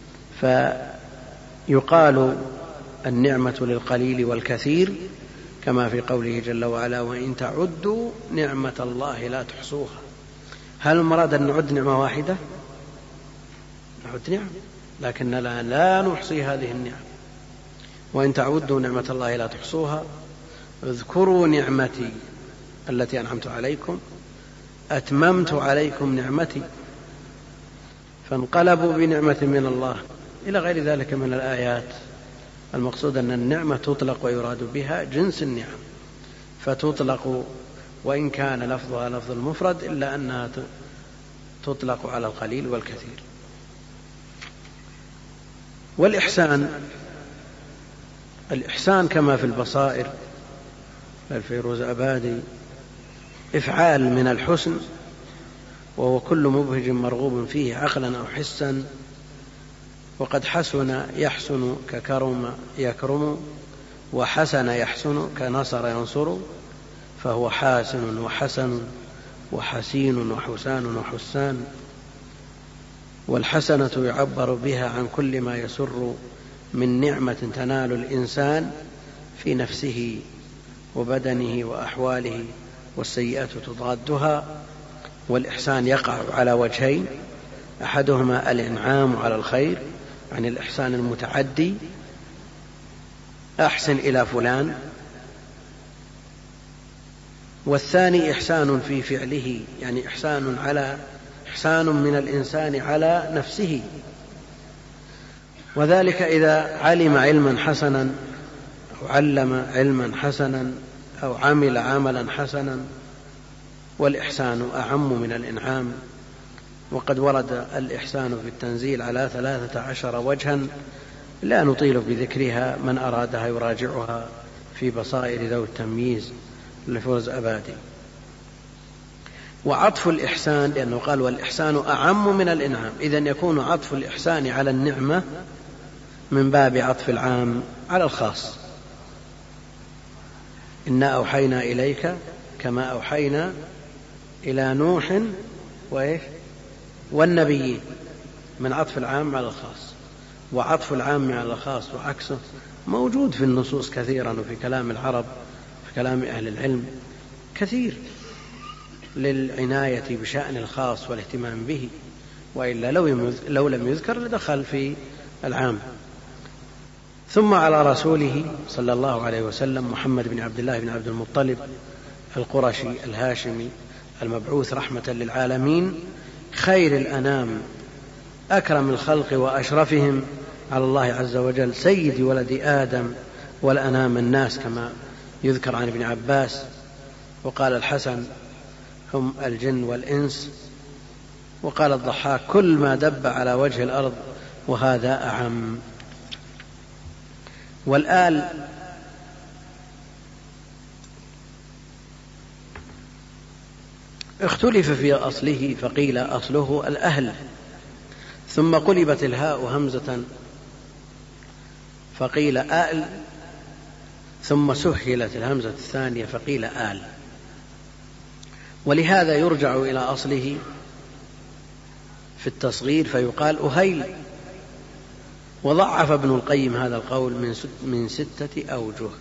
فيقال النعمة للقليل والكثير، كما في قوله جل وعلا: وإن تعدوا نعمة الله لا تحصوها. هل المراد أن نعد نعمة واحدة؟ نعد نعم، لكننا لا نحصي هذه النعم. وإن تعدوا نعمة الله لا تحصوها. اذكروا نعمتي التي أنعمت عليكم أتممت عليكم نعمتي. فانقلبوا بنعمة من الله إلى غير ذلك من الآيات. المقصود أن النعمة تطلق ويراد بها جنس النعم، فتطلق وإن كان لفظها لفظ المفرد إلا أنها تطلق على القليل والكثير. والإحسان كما في البصائر الفيروز أبادي إفعال من الحسن، وهو كل مبهج مرغوب فيه عقلا أو حسا. وقد حسن يحسن ككرم يكرم، وحسن يحسن كنصر ينصر، فهو حاسن وحسن وحسين وحسان وحسان. والحسنة يعبر بها عن كل ما يسر من نعمة تنال الإنسان في نفسه وبدنه وأحواله، والسيئة تضادها. والإحسان يقع على وجهين: أحدهما الإنعام على الخير، يعني الإحسان المتعدي، أحسن إلى فلان. والثاني إحسان في فعله، يعني إحسان من الإنسان على نفسه، وذلك إذا علم علما حسنا أو علم علما حسنا أو عمل عملا حسنا. والإحسان أعم من الإنعام، وقد ورد الإحسان في التنزيل على 13 وجها لا نطيل بذكرها، من أرادها يراجعها في بصائر ذوي التمييز لفوز أبادي. وعطف الإحسان، لأنه قال والإحسان أعم من الإنعام، إذن يكون عطف الإحسان على النعمة من باب عطف العام على الخاص. إنا أوحينا إليك كما أوحينا إلى نوح والنبيين، من عطف العام على الخاص. وعطف العام على الخاص وعكسه موجود في النصوص كثيرا، وفي كلام العرب، في كلام أهل العلم كثير للعناية بشأن الخاص والاهتمام به، وإلا لو لم يذكر لدخل في العام. ثم على رسوله صلى الله عليه وسلم محمد بن عبد الله بن عبد المطلب القرشي الهاشمي المبعوث رحمة للعالمين، خير الأنام، أكرم الخلق وأشرفهم على الله عز وجل، سيد ولد آدم والأنام الناس، كما يذكر عن ابن عباس. وقال الحسن: هم الجن والإنس. وقال الضحاك: كل ما دب على وجه الأرض، وهذا أعم. والآل اختلف في أصله، فقيل أصله الأهل، ثم قلبت الهاء همزة فقيل آل، ثم سهلت الهمزة الثانية فقيل آل. ولهذا يرجع إلى أصله في التصغير فيقال أهيل. وضعف ابن القيم هذا القول من 6 أوجه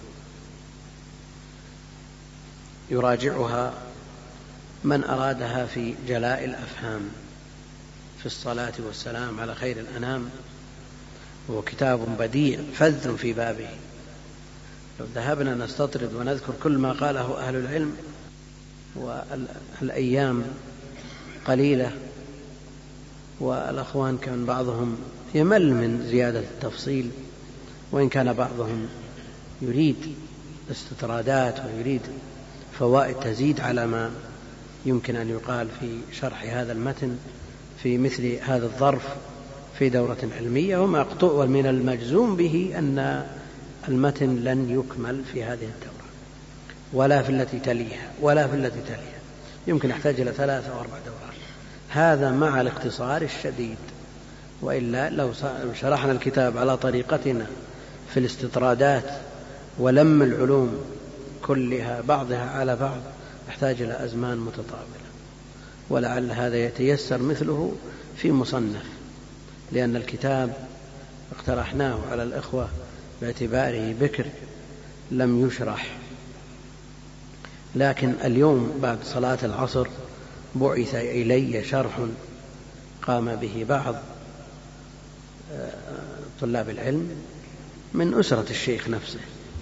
يراجعها من أرادها في جلاء الأفهام في الصلاة والسلام على خير الأنام، وهو كتاب بديع فذ في بابه. لو ذهبنا نستطرد ونذكر كل ما قاله أهل العلم، والأيام قليلة، والأخوان كان بعضهم يمل من زيادة التفصيل، وإن كان بعضهم يريد استطرادات ويريد فوائد تزيد على ما يمكن أن يقال في شرح هذا المتن في مثل هذا الظرف في دورة علمية. ومن المجزوم به أن المتن لن يكمل في هذه الدورة ولا في التي تليها يمكن يحتاج إلى 3 أو 4 دورات، هذا مع الاختصار الشديد. وإلا لو شرحنا الكتاب على طريقتنا في الاستطرادات ولم العلوم كلها بعضها على بعض يحتاج إلى أزمان متطاولة، ولعل هذا يتيسر مثله في مصنف، لأن الكتاب اقترحناه على الإخوة باعتباره بكر لم يشرح، لكن اليوم بعد صلاة العصر بعث إلي شرح قام به بعض طلاب العلم من أسرة الشيخ نفسه،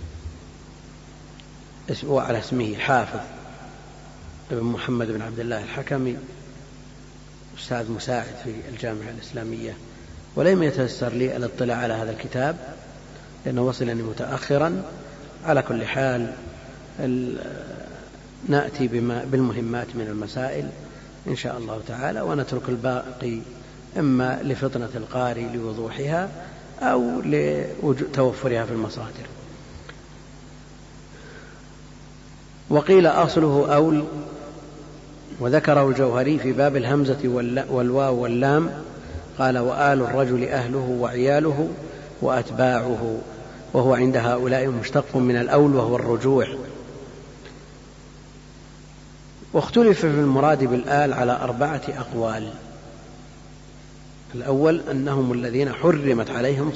وعلى اسمه حافظ ابن محمد بن عبد الله الحكمي، أستاذ مساعد في الجامعة الإسلامية. ولم يتيسر لي الاطلاع على هذا الكتاب لأنه وصلني متأخرا. على كل حال نأتي بالمهمات من المسائل إن شاء الله تعالى، ونترك الباقي إما لفطنة القارئ لوضوحها أو لتوفرها في المصادر. وقيل أصله أول، وذكره الجوهري في باب الهمزة والواو واللام، قال وآل الرجل أهله وعياله وأتباعه، وهو عند هؤلاء مشتق من الأول وهو الرجوع. واختلف في المراد بالآل على 4 أقوال. الأول أنهم الذين حرمت عليهم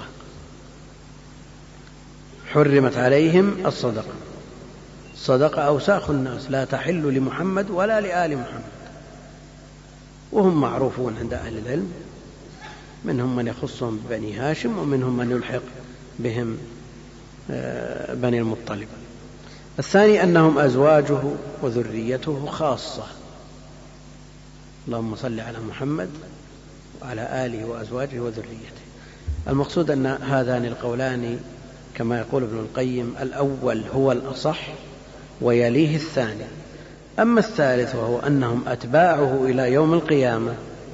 الصدقة. الصدقة أوساخ الناس لا تحل لمحمد ولا لآل محمد، وهم معروفون عند أهل العلم، منهم من يخصهم بني هاشم ومنهم من يلحق بهم بني المطلب. الثاني أنهم أزواجه وذريته خاصة، اللهم صل على محمد وعلى آله وأزواجه وذريته. المقصود أن هذان القولان كما يقول ابن القيم الأول هو الأصح ويليه الثاني. أما الثالث وهو أنهم أتباعه إلى يوم القيامة،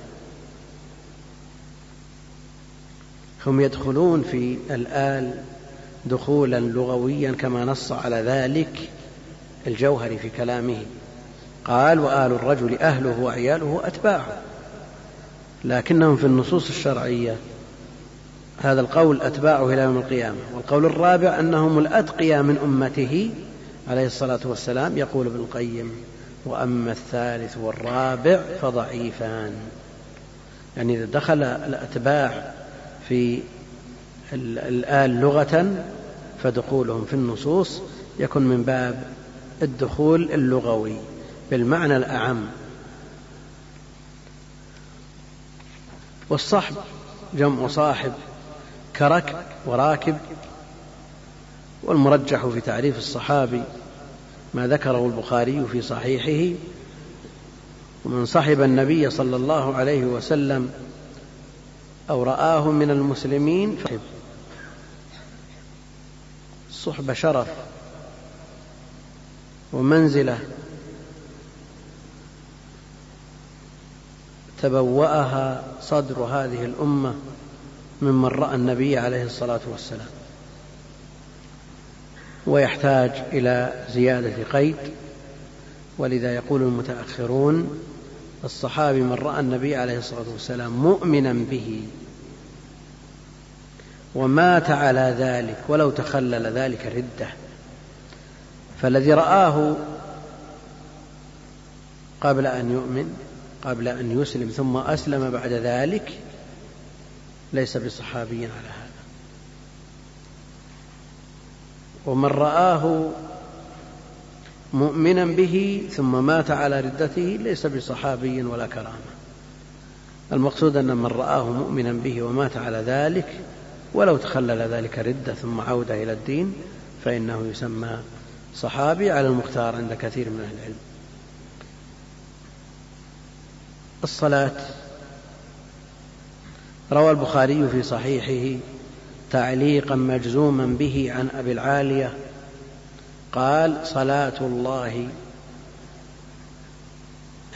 هم يدخلون في الآل دخولا لغويا كما نص على ذلك الجوهري في كلامه، قال وآل الرجل أهله وعياله أتباعه، لكنهم في النصوص الشرعية هذا القول أتباعه إلى يوم القيامة. والقول الرابع أنهم الأتقياء من أمته عليه الصلاة والسلام. يقول ابن القيم وأما الثالث والرابع فضعيفان، يعني إذا دخل الأتباع في الآل لغة فدخولهم في النصوص يكون من باب الدخول اللغوي بالمعنى الأعم. والصحب جمع صاحب كركب وراكب. والمرجح في تعريف الصحابي ما ذكره البخاري في صحيحه ومن صحب النبي صلى الله عليه وسلم أو رآه من المسلمين. الصحبة شرف ومنزلة تبوأها صدر هذه الأمة ممن رأى النبي عليه الصلاة والسلام، ويحتاج إلى زيادة قيد. ولذا يقول المتأخرون الصحابي من رأى النبي عليه الصلاة والسلام مؤمنا به ومات على ذلك ولو تخلل ذلك ردة. فالذي رآه قبل أن يؤمن، قبل أن يسلم ثم أسلم بعد ذلك، ليس بصحابي على هذا. ومن رآه مؤمنا به ثم مات على ردته ليس بصحابي ولا كرامة. المقصود أن من رآه مؤمنا به ومات على ذلك ولو تخلل ذلك ردة ثم عود إلى الدين فإنه يسمى صحابي على المختار عند كثير من أهل العلم. الصلاة روى البخاري في صحيحه تعليقا مجزوما به عن أبي العالية قال صلاة الله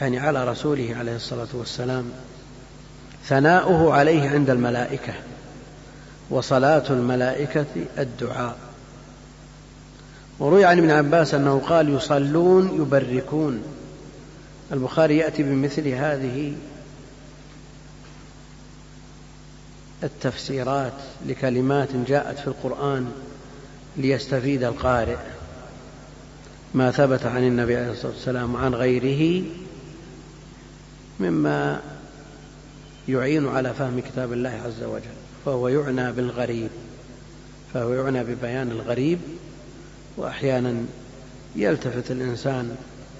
يعني على رسوله عليه الصلاة والسلام ثناؤه عليه عند الملائكة، وصلاة الملائكة الدعاء. وروي عن ابن عباس أنه قال يصلون يبركون. البخاري يأتي بمثل هذه التفسيرات لكلمات جاءت في القرآن ليستفيد القارئ ما ثبت عن النبي عليه الصلاة والسلام وعن غيره مما يعين على فهم كتاب الله عز وجل. فهو يعنى بالغريب، فهو يعنى ببيان الغريب. وأحيانا يلتفت الإنسان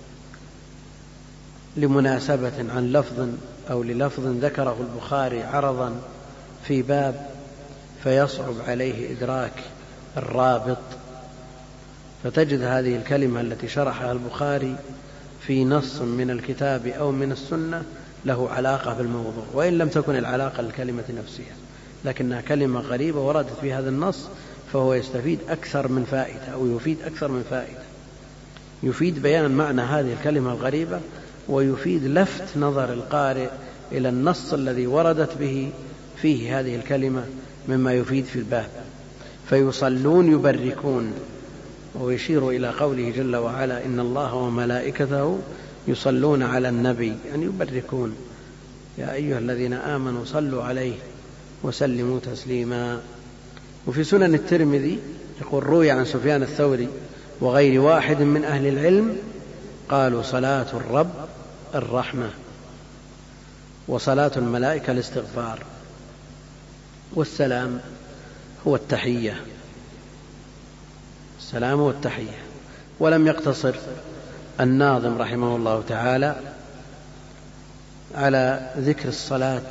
لمناسبة عن لفظ أو للفظ ذكره البخاري عرضا في باب فيصعب عليه إدراك الرابط، فتجد هذه الكلمة التي شرحها البخاري في نص من الكتاب أو من السنة له علاقة بالموضوع، وإن لم تكن العلاقة للكلمة نفسها، لكنها كلمة غريبة وردت في هذا النص، فهو يستفيد أكثر من فائدة أو يفيد أكثر من فائدة، يفيد بيان معنى هذه الكلمة الغريبة، ويفيد لفت نظر القارئ إلى النص الذي وردت به فيه هذه الكلمة مما يفيد في الباب. فيصلون يبركون، ويشير إلى قوله جل وعلا إن الله وملائكته يصلون على النبي، يعني يبركون يا أيها الذين آمنوا صلوا عليه وسلموا تسليما. وفي سنن الترمذي يقول روي عن سفيان الثوري وغير واحد من أهل العلم قالوا صلاة الرب الرحمة، وصلاة الملائكة الاستغفار، والسلام هو التحية، السلام هو التحية. ولم يقتصر الناظم رحمه الله تعالى على ذكر الصلاة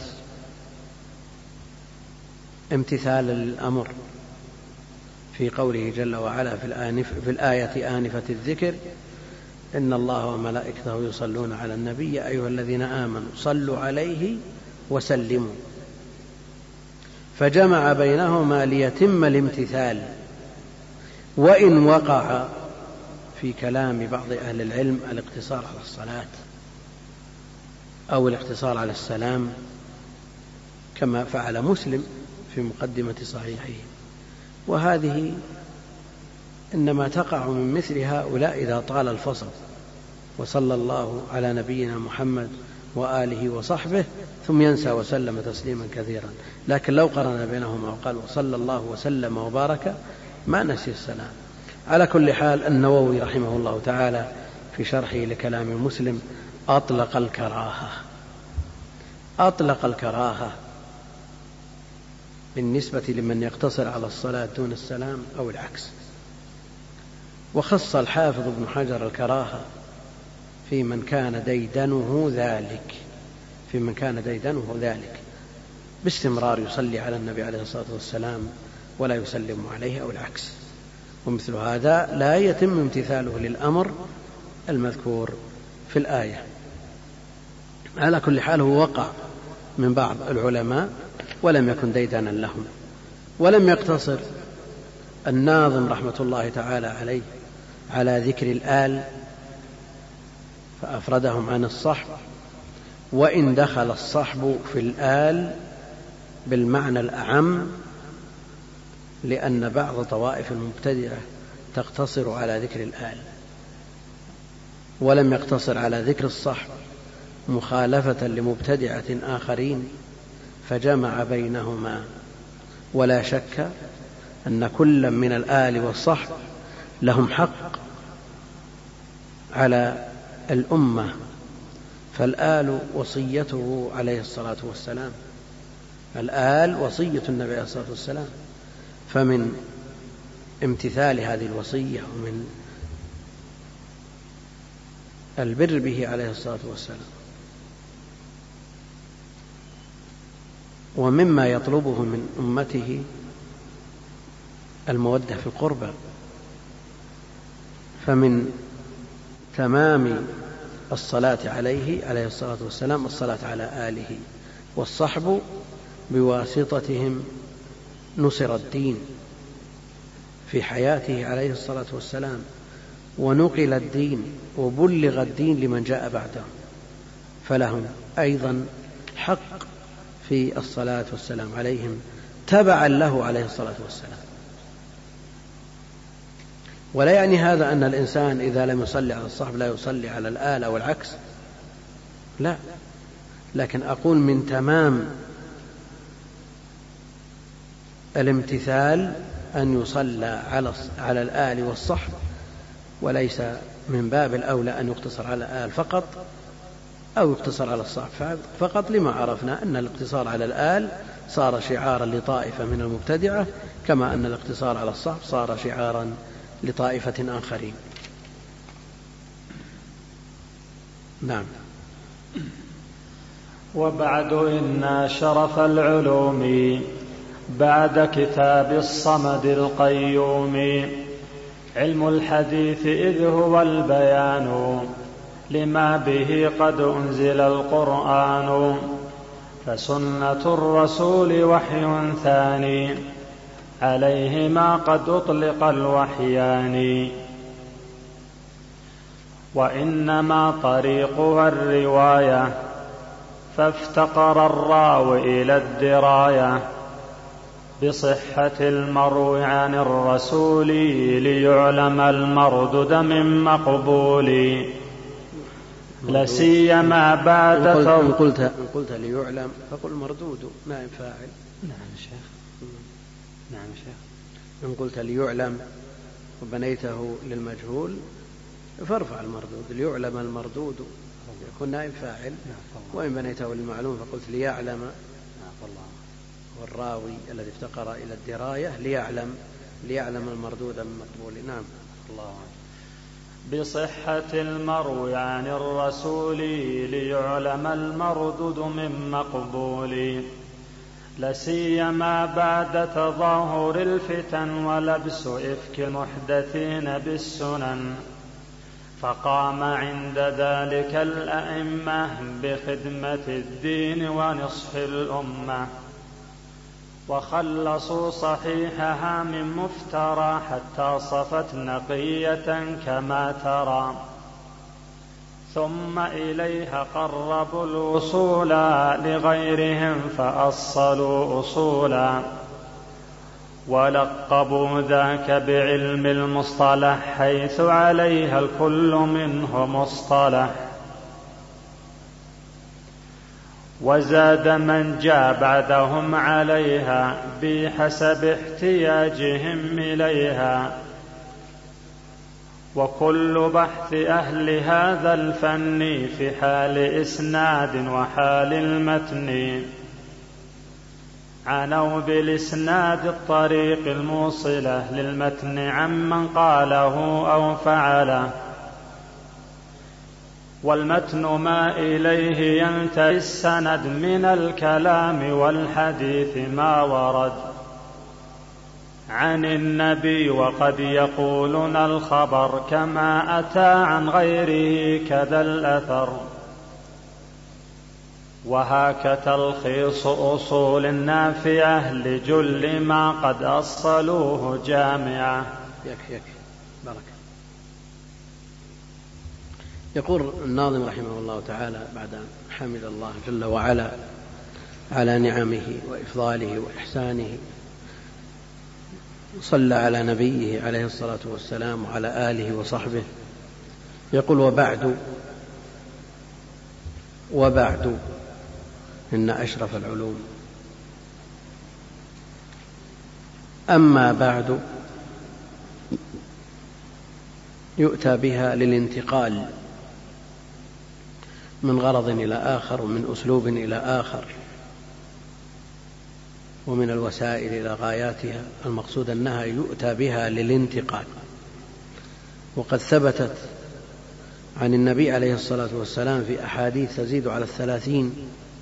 امتثالا للأمر في قوله جل وعلا في الآية آنفة الذكر إن الله وملائكته يصلون على النبي يا أيها الذين آمنوا صلوا عليه وسلموا، فجمع بينهما ليتم الامتثال. وإن وقع في كلام بعض أهل العلم الاقتصار على الصلاة أو الاقتصار على السلام كما فعل مسلم في مقدمة صحيحه، وهذه إنما تقع من مثل هؤلاء إذا طال الفصل، وصلى الله على نبينا محمد وآله وصحبه ثم ينسى وسلم تسليما كثيرا. لكن لو قرن بينهما وقال وصلى الله وسلم وبارك ما نسي السلام. على كل حال النووي رحمه الله تعالى في شرحه لكلام مسلم أطلق الكراهة بالنسبة لمن يقتصر على الصلاة دون السلام أو العكس. وخص الحافظ ابن حجر الكراهة في من كان ديدنه ذلك باستمرار يصلي على النبي عليه الصلاة والسلام ولا يسلم عليه أو العكس، ومثل هذا لا يتم امتثاله للأمر المذكور في الآية. على كل حال هو وقع من بعض العلماء ولم يكن ديدنا لهم. ولم يقتصر الناظم رحمة الله تعالى عليه على ذكر الآل فأفردهم عن الصحب، وإن دخل الصحب في الآل بالمعنى الأعم، لأن بعض طوائف المبتدعة تقتصر على ذكر الآل، ولم يقتصر على ذكر الصحب مخالفة لمبتدعة آخرين فجمع بينهما. ولا شك أن كل من الآل والصحب لهم حق على الأمة، فالآل وصيته عليه الصلاة والسلام، الآل وصية النبي عليه الصلاة والسلام، فمن امتثال هذه الوصية ومن البر به عليه الصلاة والسلام، ومما يطلبه من أمته المودة في القربى. فمن تمام الصلاة عليه الصلاة والسلام الصلاة على آله، والصحب بواسطتهم نصر الدين في حياته عليه الصلاة والسلام، ونقل الدين وبلغ الدين لمن جاء بعده. فلهم أيضا حق في الصلاة والسلام عليهم تبعا له عليه الصلاة والسلام. ولا يعني هذا أن الإنسان إذا لم يصلي على الصحب لا يصلي على الآل أو العكس، لا، لكن أقول من تمام الامتثال أن يصلى على الآل والصحب، وليس من باب الأولى أن يقتصر على الآل فقط أو يقتصر على الصحب فقط، لما عرفنا أن الاقتصار على الآل صار شعارا لطائفة من المبتدعة، كما أن الاقتصار على الصحب صار شعارا لطائفة آخرين. نعم. وبعد إن شرف العلوم بعد كتاب الصمد القيوم علم الحديث إذ هو البيان لما به قد أنزل القرآن، فسنة الرسول وحي ثاني عليهما قد أطلق الوحيان، وإنما طريقها الرواية فافتقر الراوي إلى الدراية بصحة المروي عن الرسول ليعلم المردود من مقبول، لسيما بعد إن قلت ليعلم فقل مردود نائب فاعل. نعم شيخ. نعم شيخ. إن قلت ليعلم وبنيته للمجهول فارفع المردود، ليعلم المردود يكون نائب فاعل، وإن بنيته للمعلوم فقلت ليعلم والراوي الذي افتقر إلى الدراية ليعلم المردود من مقبول. نعم. الله. بصحة المروي عن الرسول ليعلم المردود من مقبول، لسيما بعد تظاهر الفتن ولبس إفك المحدثين بالسنن، فقام عند ذلك الأئمة بخدمة الدين ونصح الأمة، وخلصوا صحيحها من مفترى حتى صفت نقية كما ترى، ثم إليها قربوا الوصول لغيرهم فأصلوا أصولا، ولقبوا ذاك بعلم المصطلح حيث عليها الكل منه مصطلح، وزاد من جاء بعدهم عليها بحسب احتياجهم إليها، وكل بحث أهل هذا الفن في حال إسناد وحال المتن عنوا بالإسناد الطريق الموصلة للمتن عمن قاله أو فعله، والمتن ما إليه ينتهي السند من الكلام والحديث ما ورد عن النبي، وقد يقولون الخبر كما أتى عن غيره كذا الأثر، وهاك تلخيص أصول النافية لجل ما قد أصلوه جامعة. يكفي بركة. يقول الناظم رحمه الله تعالى بعد أن حمد الله جل وعلا على نعمه وإفضاله وإحسانه، صلى على نبيه عليه الصلاة والسلام وعلى آله وصحبه، يقول وبعد إن أشرف العلوم، أما بعد يؤتى بها للانتقال من غرض إلى آخر ومن أسلوب إلى آخر ومن الوسائل إلى غاياتها، المقصود أنها يؤتى بها للانتقال. وقد ثبتت عن النبي عليه الصلاة والسلام في أحاديث تزيد على 30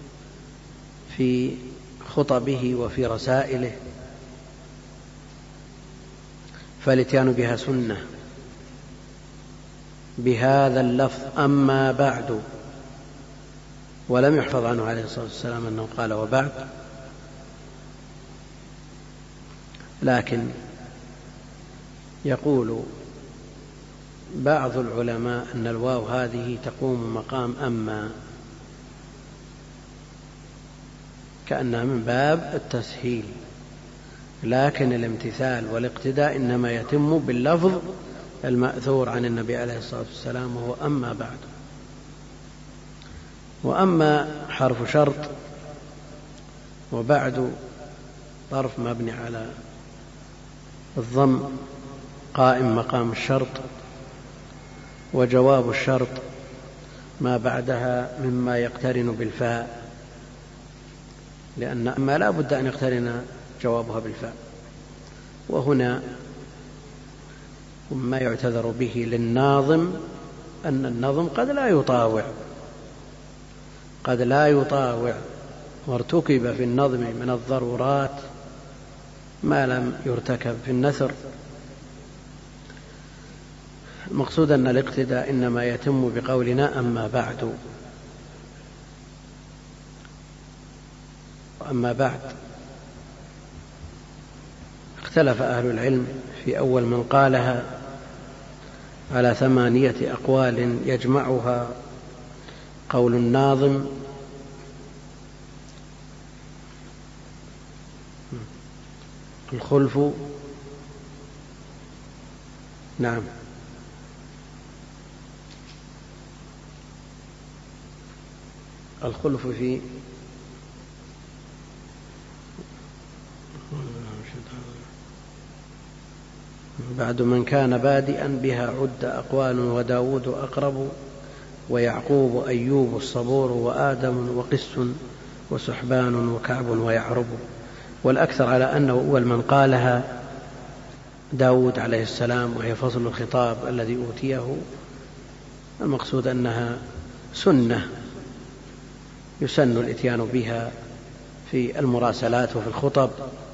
في خطبه وفي رسائله، فالاتيان بها سنة بهذا اللفظ أما بعد، ولم يحفظ عنه عليه الصلاة والسلام أنه قال وبعد، لكن يقول بعض العلماء أن الواو هذه تقوم مقام أما، كأنها من باب التسهيل، لكن الامتثال والاقتداء إنما يتم باللفظ المأثور عن النبي عليه الصلاة والسلام، وهو أما بعد. وأما حرف شرط وبعد ظرف مبني على الضم قائم مقام الشرط، وجواب الشرط ما بعدها مما يقترن بالفاء، لأن أما لا بد أن يقترن جوابها بالفاء. وهنا ما يعتذر به للناظم أن النظم قد لا يطاوع، وارتكب في النظم من الضرورات ما لم يرتكب في النثر. المقصود أن الاقتداء إنما يتم بقولنا أما بعد. وأما بعد اختلف أهل العلم في أول من قالها على 8 أقوال، يجمعها قول الناظم الخلف، نعم، الخلف في بعد من كان بادئا بها عد أقوال، وداود أقرب، ويعقوب أيوب الصبور، وآدم وقس وسحبان وكعب ويعرب. والأكثر على أنه أول من قالها داود عليه السلام، وهي فصل الخطاب الذي أوتيه. المقصود أنها سنة يسن الإتيان بها في المراسلات وفي الخطب،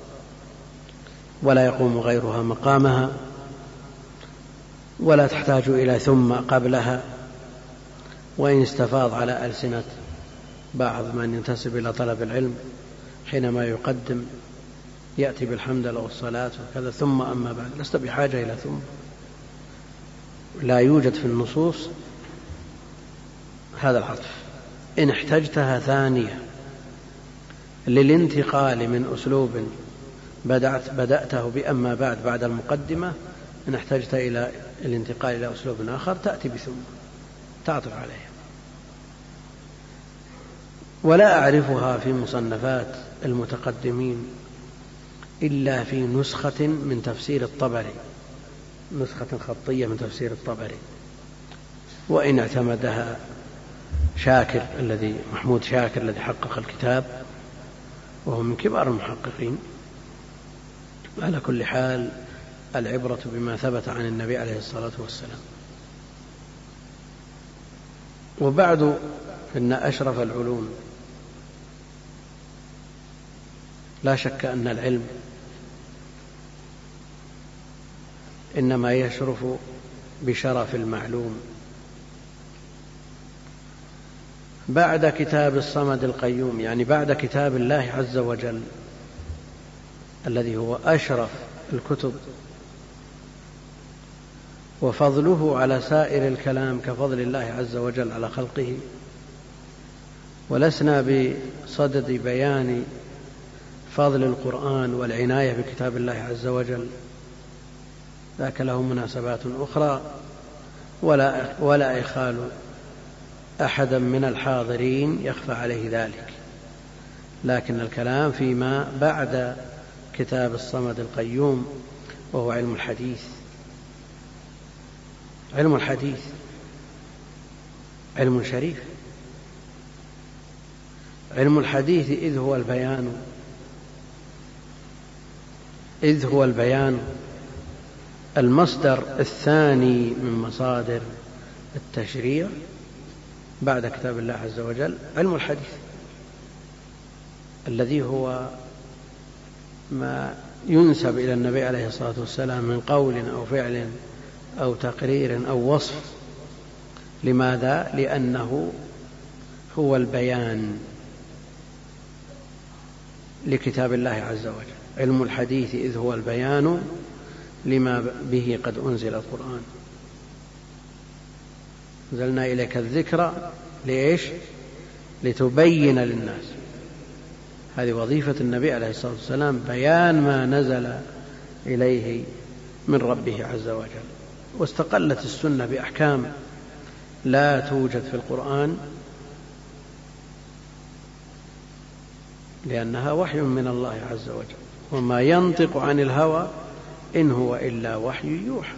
ولا يقوم غيرها مقامها، ولا تحتاج إلى ثم قبلها. وإن استفاض على ألسنة بعض من ينتسب إلى طلب العلم حينما يقدم يأتي بالحمد والصلاة وكذا ثم أما بعد، لست بحاجة إلى ثم، لا يوجد في النصوص هذا العطف. إن احتجتها ثانية للانتقال من أسلوب بدأته بأما بعد المقدمة، إن احتجت إلى الانتقال إلى أسلوب آخر تأتي بثم تعطف عليها. ولا أعرفها في مصنفات المتقدمين إلا في نسخة من تفسير الطبري، نسخة خطية من تفسير الطبري، وإن اعتمدها محمود شاكر الذي حقق الكتاب، وهو من كبار المحققين. على كل حال العبرة بما ثبت عن النبي عليه الصلاة والسلام. وبعد إن أشرف العلوم، لا شك أن العلم إنما يشرف بشرف المعلوم. بعد كتاب الصمد القيوم، يعني بعد كتاب الله عز وجل الذي هو أشرف الكتب، وفضله على سائر الكلام كفضل الله عز وجل على خلقه. ولسنا بصدد بيان فضل القرآن والعناية بكتاب الله عز وجل، ذاك له مناسبات أخرى، ولا إخال أحدا من الحاضرين يخفى عليه ذلك. لكن الكلام فيما بعد كتاب الصمد القيوم، وهو علم الحديث. علم الحديث علم شريف، علم الحديث إذ هو البيان المصدر الثاني من مصادر التشريع بعد كتاب الله عز وجل. علم الحديث الذي هو ما ينسب إلى النبي عليه الصلاة والسلام من قول أو فعل أو تقرير أو وصف. لماذا؟ لأنه هو البيان لكتاب الله عز وجل. علم الحديث إذ هو البيان لما به قد أنزل القرآن. أنزلنا إليك الذكر ليش؟ لتبين للناس. هذه وظيفة النبي عليه الصلاة والسلام، بيان ما نزل إليه من ربه عز وجل. واستقلت السنة بأحكام لا توجد في القرآن لأنها وحي من الله عز وجل، وما ينطق عن الهوى إن هو إلا وحي يوحى.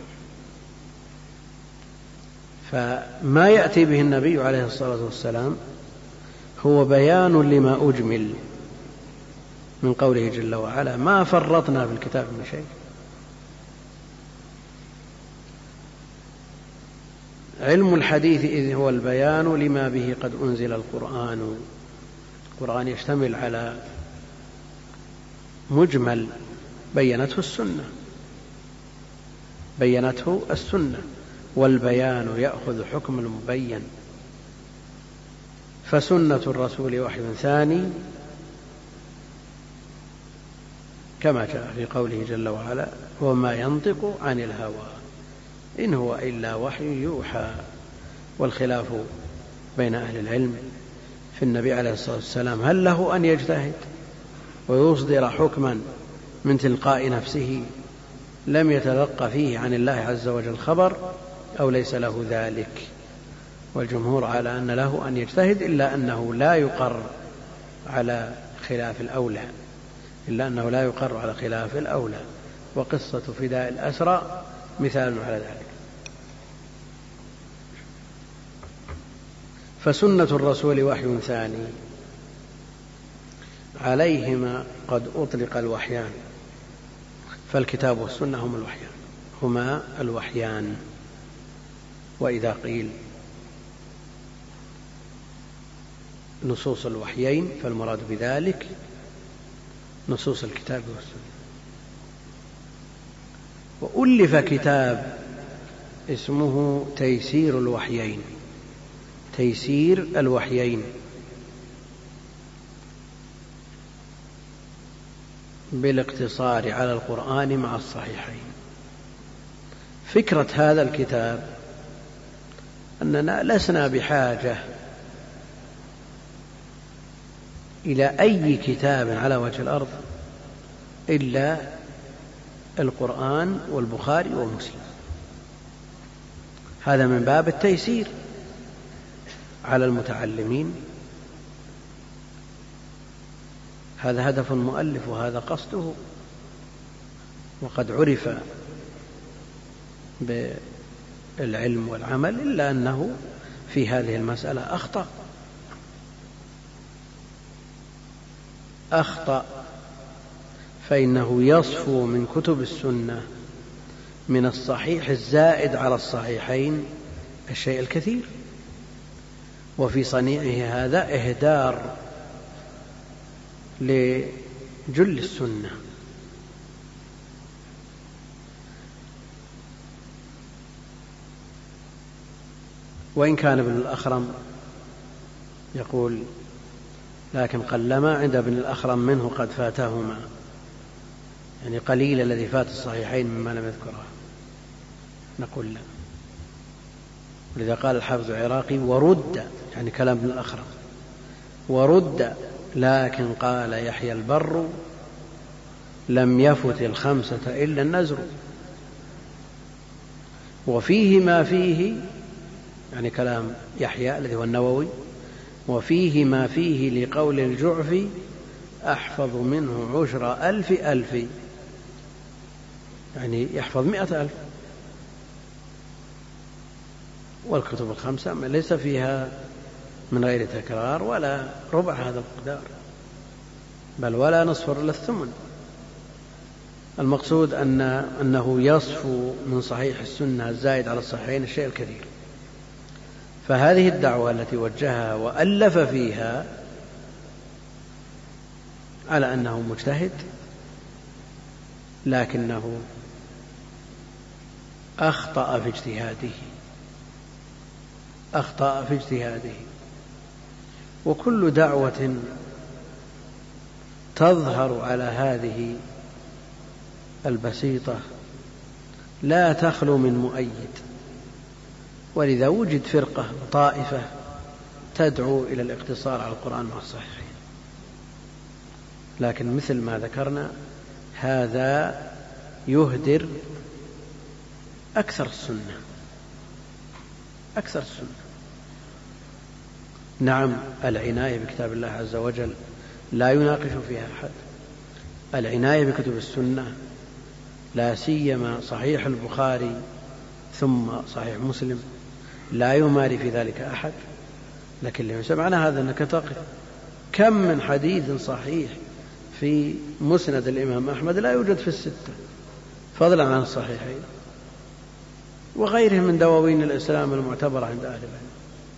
فما يأتي به النبي عليه الصلاة والسلام هو بيان لما أجمل من قوله جل وعلا: ما فرطنا في الكتاب من شيء. علم الحديث إذ هو البيان لما به قد أنزل القرآن. القرآن يشتمل على مجمل بينته السنة، والبيان يأخذ حكم المبين. فسنة الرسول وحي ثاني كما جاء في قوله جل وعلا: وما ينطق عن الهوى إن هو إلا وحي يوحى. والخلاف بين أهل العلم في النبي عليه الصلاة والسلام: هل له أن يجتهد ويصدر حكما من تلقاء نفسه لم يتلقى فيه عن الله عز وجل خبر، أو ليس له ذلك؟ والجمهور على أن له أن يجتهد، إلا أنه لا يقر على خلاف الأولى، وقصة فداء الأسرى مثال على ذلك. فسنة الرسول وحي ثاني، عليهما قد أطلق الوحيان، فالكتاب والسنة هما الوحيان. وإذا قيل نصوص الوحيين فالمراد بذلك نصوص الكتاب والسنة. وألف كتاب اسمه تيسير الوحيين بالاقتصار على القرآن مع الصحيحين. فكرة هذا الكتاب أننا لسنا بحاجة إلى أي كتاب على وجه الأرض إلا القرآن والبخاري ومسلم. هذا من باب التيسير على المتعلمين. هذا هدف المؤلف وهذا قصده، وقد عرف بالعلم والعمل، إلا أنه في هذه المسألة أخطأ، فإنه يصفو من كتب السنة من الصحيح الزائد على الصحيحين الشيء الكثير، وفي صنيعه هذا إهدار لجل السنة. وإن كان ابن الأخرم يقول: لكن قلما عند ابن الأخرم منه قد فاتهما، يعني قليل الذي فات الصحيحين مما لم يذكره. نقول لا. ولذا قال الحافظ العراقي: ورد، يعني كلام ابن الأخرم، ورد، لكن قال يحيى البر: لم يفت الخمسة إلا النزر. وفيه ما فيه، يعني كلام يحيى الذي هو النووي، وفيه ما فيه لقول الجعفي: أحفظ منه 10,000 يعني يحفظ 100,000. والكتب الخمسة ليس فيها من غير تكرار ولا ربع هذا المقدار، بل ولا نصف إلا الثمن. المقصود أنه يصفو من صحيح السنة الزائد على الصحيحين الشيء الكثير. فهذه الدعوة التي وجهها وألف فيها على أنه مجتهد، لكنه أخطأ في اجتهاده. وكل دعوة تظهر على هذه البسيطة لا تخلو من مؤيد، ولذا وجد فرقة طائفة تدعو إلى الاقتصار على القرآن مع الصحيحين. لكن مثل ما ذكرنا هذا يهدر أكثر السنة. نعم العناية بكتاب الله عز وجل لا يناقش فيها أحد، العناية بكتب السنة لا سيما صحيح البخاري ثم صحيح مسلم لا يماري في ذلك أحد. لكن لما سمعنا هذا أنك تقف كم من حديث صحيح في مسند الإمام أحمد لا يوجد في الستة فضلا عن الصحيحين وغيرهم من دواوين الإسلام المعتبرة عند أهل العلم.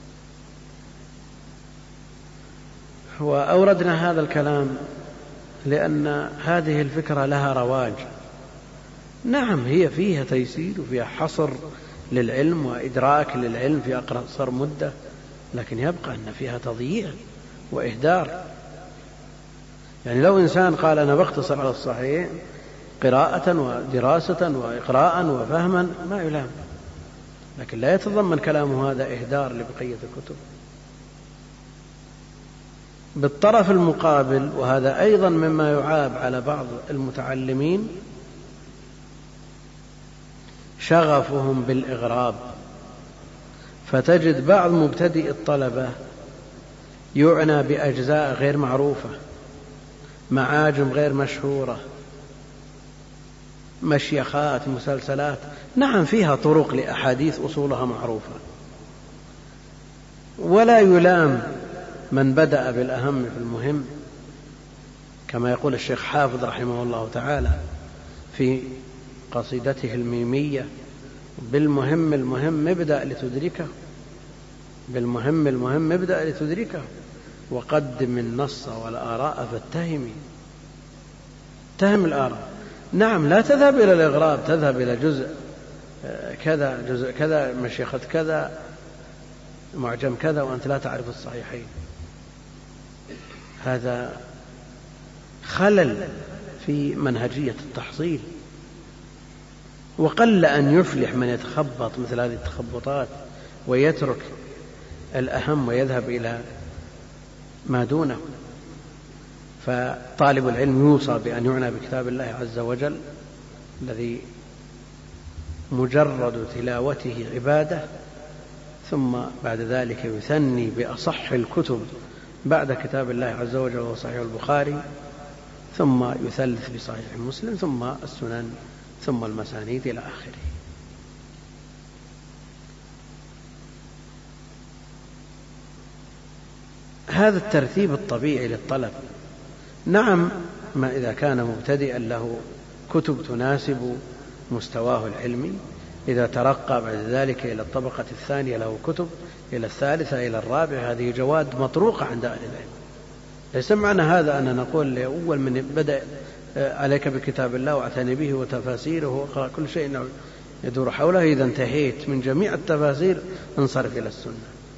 وأوردنا هذا الكلام لأن هذه الفكرة لها رواج. نعم هي فيها تيسير وفيها حصر للعلم وإدراك للعلم في أقصر مدة، لكن يبقى أن فيها تضييع وإهدار. يعني لو إنسان قال أنا بختصر على الصحيح قراءة ودراسة وإقراء وفهما ما يلام، لكن لا يتضمن كلامه هذا إهدار لبقية الكتب. بالطرف المقابل، وهذا أيضا مما يعاب على بعض المتعلمين، شغفهم بالإغراب، فتجد بعض مبتدئ الطلبة يعنى بأجزاء غير معروفة، معاجم غير مشهورة، مشيخات، مسلسلات، نعم فيها طرق لأحاديث أصولها معروفة، ولا يلام من بدأ بالأهم في المهم، كما يقول الشيخ حافظ رحمه الله تعالى في قصيدته الميمية: بالمهم المهم ابدأ لتدركه، بالمهم المهم ابدأ لتدركه، وقدم النص والآراء فاتهم الآراء. نعم لا تذهب إلى الإغراب، تذهب إلى جزء كذا جزء كذا، مشيخة كذا، معجم كذا، وأنت لا تعرف الصحيحين. هذا خلل في منهجية التحصيل، وقل أن يفلح من يتخبط مثل هذه التخبطات ويترك الأهم ويذهب إلى ما دونه. فطالب العلم يوصى بأن يعنى بكتاب الله عز وجل الذي مجرد تلاوته عبادة، ثم بعد ذلك يثني بأصح الكتب بعد كتاب الله عز وجل وصحيح البخاري، ثم يثلث بصحيح مسلم، ثم السنن، ثم المسانيد إلى آخره. هذا الترتيب الطبيعي للطلب. نعم ما إذا كان مبتدئا له كتب تناسب مستواه العلمي، إذا ترقى بعد ذلك إلى الطبقة الثانية له كتب، إلى الثالثة، إلى الرابعة، هذه جواد مطروقة عند أهل العلم. ليس معنى هذا أن نقول لأول من بدأ عليك بكتاب الله واعتني به وتفاسيره وقرأ كل شيء يدور حوله، إذا انتهيت من جميع التفاسير انصرف إلى السنة.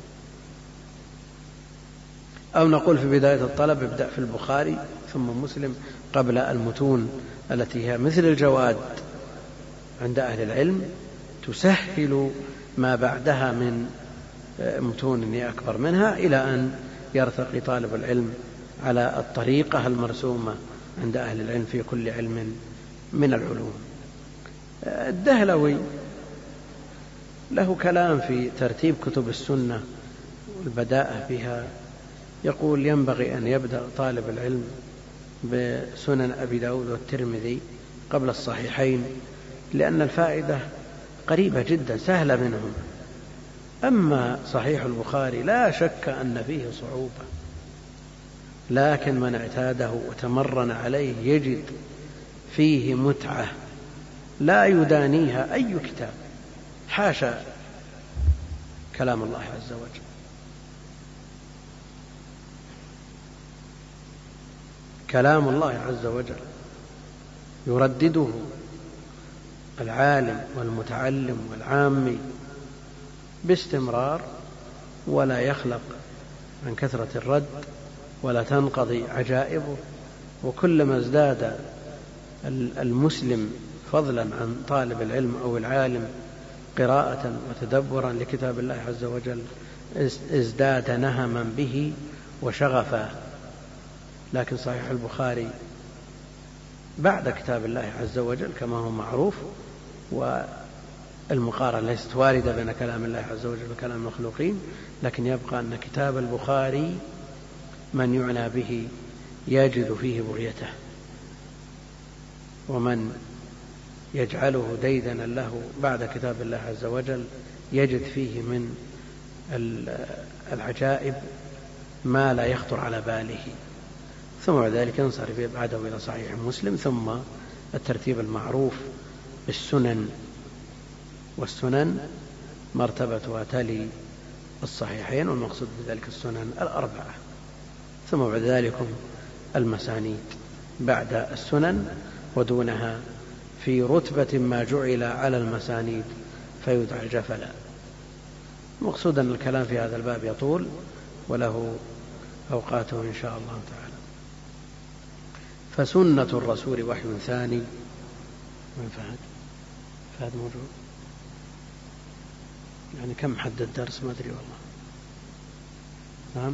أو نقول في بداية الطلب ابدأ في البخاري ثم مسلم قبل المتون التي هي مثل الجواد عند أهل العلم، تسهل ما بعدها من متون أكبر منها، إلى أن يرتقي طالب العلم على الطريقة المرسومة عند أهل العلم في كل علم من العلوم. الدهلوي له كلام في ترتيب كتب السنة والبداءة بها، يقول ينبغي أن يبدأ طالب العلم بسنن أبي داود والترمذي قبل الصحيحين، لأن الفائدة قريبة جدا سهلة منهم. أما صحيح البخاري لا شك أن فيه صعوبة، لكن من اعتاده وتمرن عليه يجد فيه متعة لا يدانيها أي كتاب، حاشا كلام الله عز وجل. كلام الله عز وجل يردده العالم والمتعلم والعامي باستمرار، ولا يخلق عن كثرة الرد، ولا تنقضي عجائبه. وكلما ازداد المسلم فضلا عن طالب العلم أو العالم قراءة وتدبرا لكتاب الله عز وجل ازداد نهما به وشغفا لكن صحيح البخاري بعد كتاب الله عز وجل كما هو معروف، والمقارنة ليست واردة بين كلام الله عز وجل وكلام المخلوقين، لكن يبقى أن كتاب البخاري من يعنى به يجد فيه بغيته، ومن يجعله ديدنا له بعد كتاب الله عز وجل يجد فيه من العجائب ما لا يخطر على باله. ثم بعد ذلك ينصرف بعده إلى صحيح مسلم، ثم الترتيب المعروف بالسنن، والسنن مرتبتها تلي الصحيحين، والمقصود بذلك السنن الأربعة. ثم بعد ذلك المسانيد بعد السنن، ودونها في رتبة ما جعل على المسانيد فيدعى جفلا. مقصود أن الكلام في هذا الباب يطول وله أوقاته إن شاء الله تعالى. فسنة الرسول وحي ثاني. من فهد موجود؟ يعني كم حدد درس ما أدري والله. نعم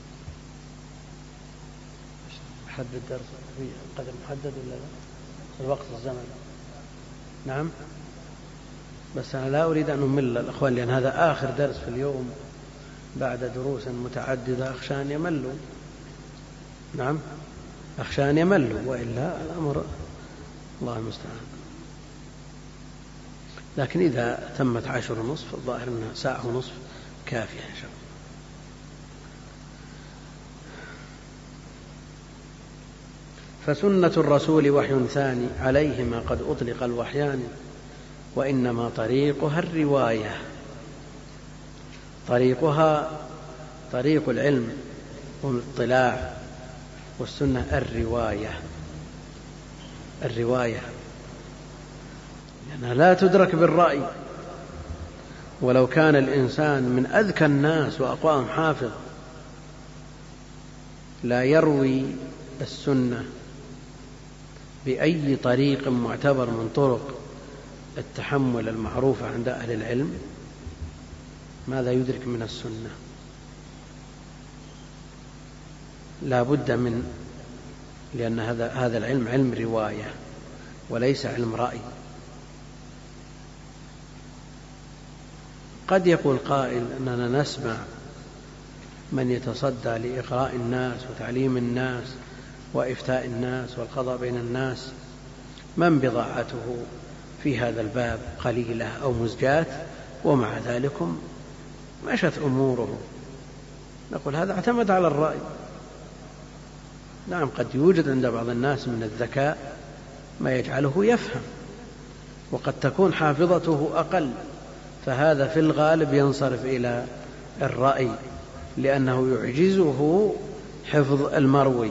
حدد درس في قدر محدد ولا لا؟ الوقت الزمن. نعم بس أنا لا أريد أن أمل الأخوان، لأن هذا آخر درس في اليوم بعد دروس متعددة، أخشى أن يملوا. نعم أخشى أن يملوا، وإلا الأمر الله المستعان. لكن إذا تمت 10:30 الظاهر أنها 1:30 كافية إن شاء الله. فسنة الرسول وحي ثاني، عليهما قد أطلق الوحيان، وإنما طريقها الرواية. طريقها طريق العلم والاطلاع، والسنة الرواية لأنها لا تدرك بالرأي، ولو كان الإنسان من أذكى الناس وأقواهم حافظ لا يروي السنة بأي طريق معتبر من طرق التحمل المعروفة عند أهل العلم، ماذا يدرك من السنة؟ لا بد من، لأن هذا العلم علم رواية وليس علم رأي. قد يقول قائل أننا نسمع من يتصدى لإقراء الناس وتعليم الناس وإفتاء الناس والقضاء بين الناس من بضاعته في هذا الباب قليلة أو مزجات، ومع ذلك مشت أموره. نقول هذا اعتمد على الرأي. نعم قد يوجد عند بعض الناس من الذكاء ما يجعله يفهم، وقد تكون حافظته أقل، فهذا في الغالب ينصرف إلى الرأي لأنه يعجزه حفظ المروي.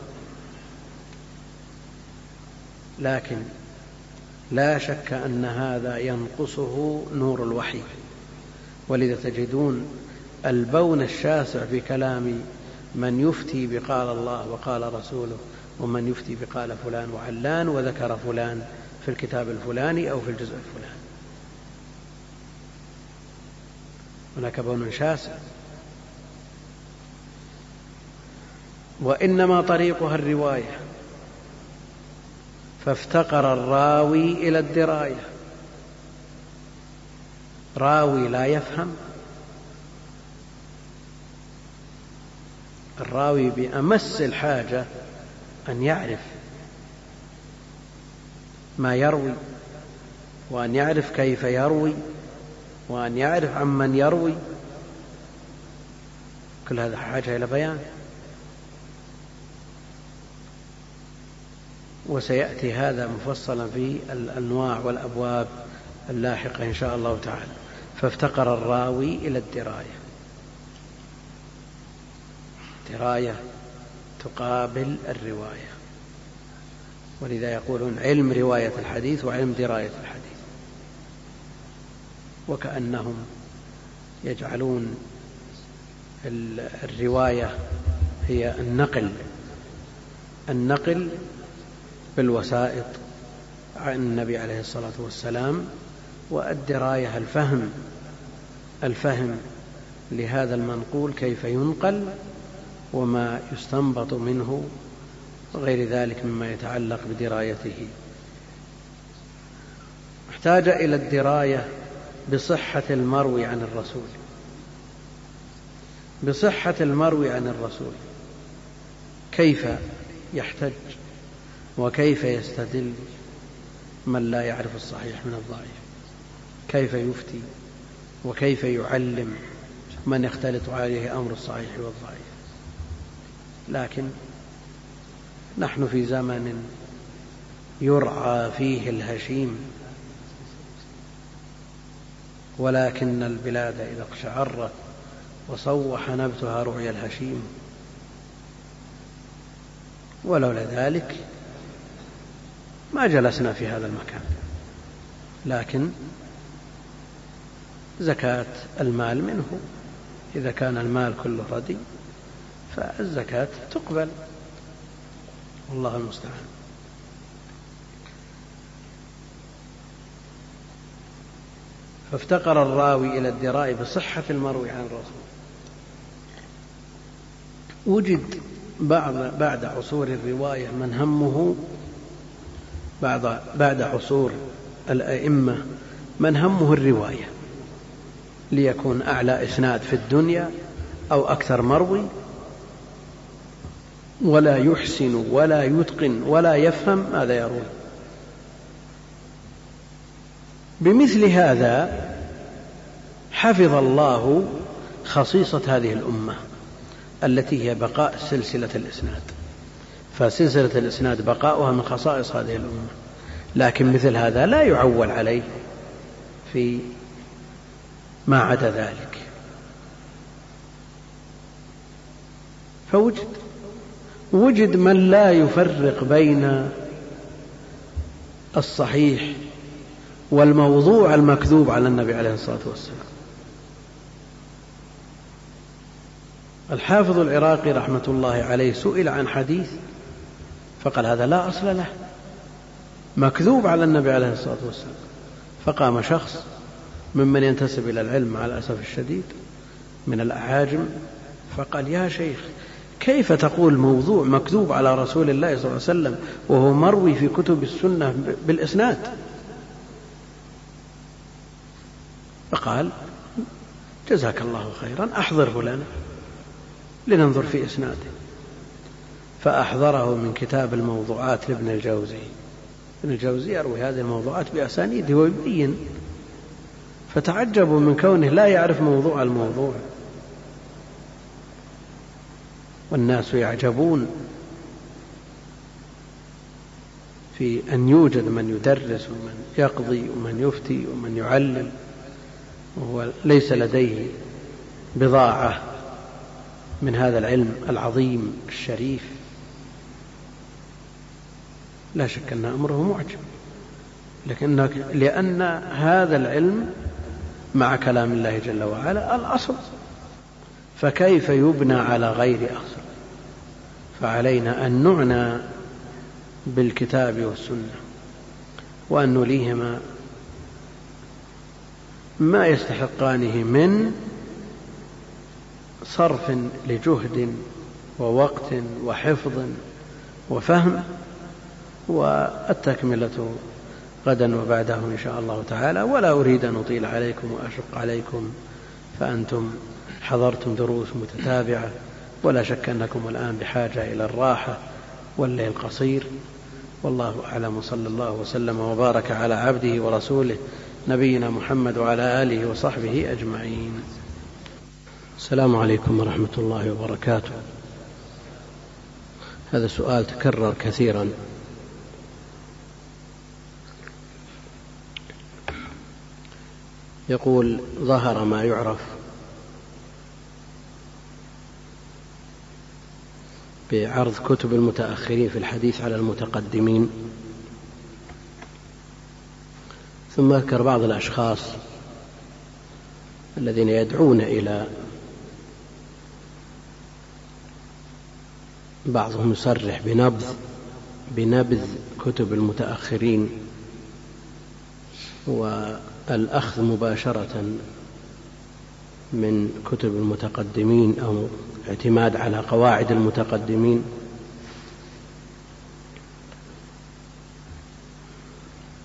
لكن لا شك أن هذا ينقصه نور الوحي، ولذا تجدون البون الشاسع في كلام من يفتي بقال الله وقال رسوله، ومن يفتي بقال فلان وعلان وذكر فلان في الكتاب الفلاني أو في الجزء الفلاني. هناك بون شاسع. وإنما طريقها الرواية، فافتقر الراوي إلى الدراية. راوي لا يفهم، الراوي بأمس الحاجة أن يعرف ما يروي، وأن يعرف كيف يروي، وأن يعرف عمن يروي، كل هذا حاجة إلى بيان. وسيأتي هذا مفصلا في الأنواع والأبواب اللاحقة إن شاء الله تعالى. فافتقر الراوي إلى الدراية. دراية تقابل الرواية، ولذا يقولون علم رواية الحديث وعلم دراية الحديث، وكأنهم يجعلون الرواية هي النقل بالوسائط عن النبي عليه الصلاة والسلام، والدراية الفهم لهذا المنقول كيف ينقل وما يستنبط منه وغير ذلك مما يتعلق بدرايته. احتاج إلى الدراية بصحة المروي عن الرسول، بصحة المروي عن الرسول، كيف يحتج وكيف يستدل من لا يعرف الصحيح من الضعيف، كيف يفتي وكيف يعلم من يختلط عليه أمر الصحيح والضعيف. لكن نحن في زمن يرعى فيه الهشيم، ولكن البلاد إذا اقشعرت وصوح نبتها رعي الهشيم. ولولا ذلك ما جلسنا في هذا المكان. لكن زكاة المال منه، إذا كان المال كله ردي فالزكاة تقبل، والله المستعان. فافتقر الراوي إلى الدراء بصحة المروي عن الرسول. وجد بعد عصور الرواية من همه، بعد عصور الأئمة من همه الرواية ليكون أعلى إسناد في الدنيا أو أكثر مروي، ولا يحسن ولا يتقن ولا يفهم ماذا يروي. بمثل هذا حفظ الله خصيصة هذه الأمة التي هي بقاء سلسلة الإسناد، فسلسلة الإسناد بقاؤها من خصائص هذه الأمة. لكن مثل هذا لا يعول عليه في ما عدا ذلك. فوجد من لا يفرق بين الصحيح والموضوع المكذوب على النبي عليه الصلاة والسلام. الحافظ العراقي رحمة الله عليه سئل عن حديث فقال هذا لا أصل له، مكذوب على النبي عليه الصلاة والسلام. فقام شخص ممن ينتسب إلى العلم مع الأسف الشديد من الأعاجم فقال يا شيخ كيف تقول موضوع مكذوب على رسول الله صلى الله عليه وسلم وهو مروي في كتب السنة بالإسناد؟ فقال جزاك الله خيرا أحضره لنا لننظر في إسناده. فأحضره من كتاب الموضوعات لابن الجوزي. ابن الجوزي يروي هذه الموضوعات بأسانيده ويبين، فتعجبوا من كونه لا يعرف موضوع الموضوع، والناس يعجبون في أن يوجد من يدرس ومن يقضي ومن يفتي ومن يعلم وهو ليس لديه بضاعة من هذا العلم العظيم الشريف. لا شك أن أمره معجب، لأن هذا العلم مع كلام الله جل وعلا الأصل، فكيف يبنى على غير أصل؟ فعلينا أن نعنى بالكتاب والسنة وأن نليهما ما يستحقانه من صرف لجهد ووقت وحفظ وفهم، والتكملة غدا وبعده إن شاء الله تعالى. ولا أريد أن أطيل عليكم وأشق عليكم، فأنتم حضرتم دروس متتابعة، ولا شك أنكم الآن بحاجة إلى الراحة والليل قصير. والله أعلم، صلى الله وسلم وبارك على عبده ورسوله نبينا محمد وعلى آله وصحبه أجمعين. السلام عليكم ورحمة الله وبركاته. هذا سؤال تكرر كثيرا. يقول ظهر ما يعرف بعرض كتب المتأخرين في الحديث على المتقدمين، ثم ذكر بعض الأشخاص الذين يدعون إلى، بعضهم يصرح بنبذ كتب المتأخرين والأخذ مباشرة من كتب المتقدمين أو اعتماد على قواعد المتقدمين.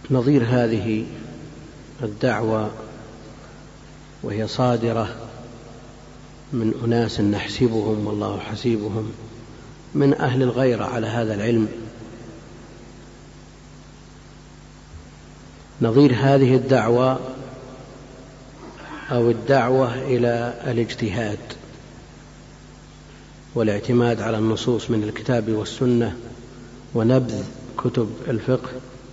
نظير هذه الدعوة وهي صادرة من أناس نحسبهم والله حسيبهم من أهل الغيرة على هذا العلم، نظير هذه الدعوة أو الدعوة إلى الاجتهاد والاعتماد على النصوص من الكتاب والسنة ونبذ كتب الفقه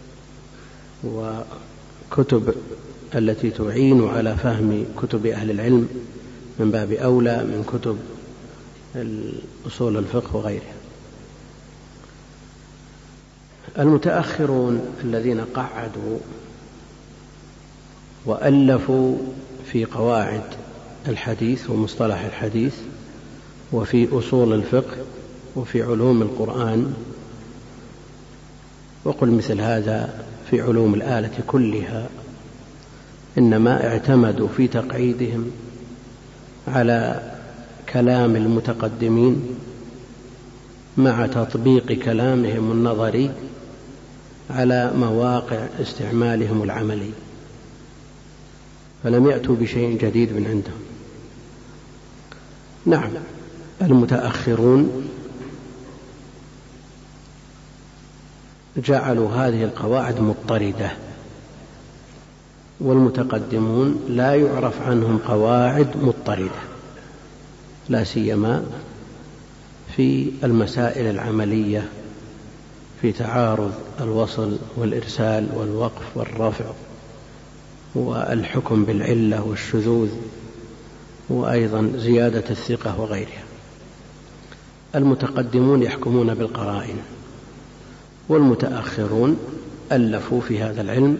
وكتب التي تعين على فهم كتب أهل العلم من باب أولى من كتب أصول الفقه وغيرها. المتأخرون الذين قعدوا وألفوا في قواعد الحديث ومصطلح الحديث وفي أصول الفقه وفي علوم القرآن، وقل مثل هذا في علوم الآلة كلها، إنما اعتمدوا في تقعيدهم على كلام المتقدمين مع تطبيق كلامهم النظري على مواقع استعمالهم العملي، فلم يأتوا بشيء جديد من عندهم. نعم، المتأخرون جعلوا هذه القواعد مضطردة، والمتقدمون لا يعرف عنهم قواعد مضطردة، لا سيما في المسائل العملية في تعارض الوصل والإرسال والوقف والرفع والحكم بالعلة والشذوذ وأيضا زيادة الثقة وغيرها. المتقدمون يحكمون بالقرائن، والمتأخرون ألفوا في هذا العلم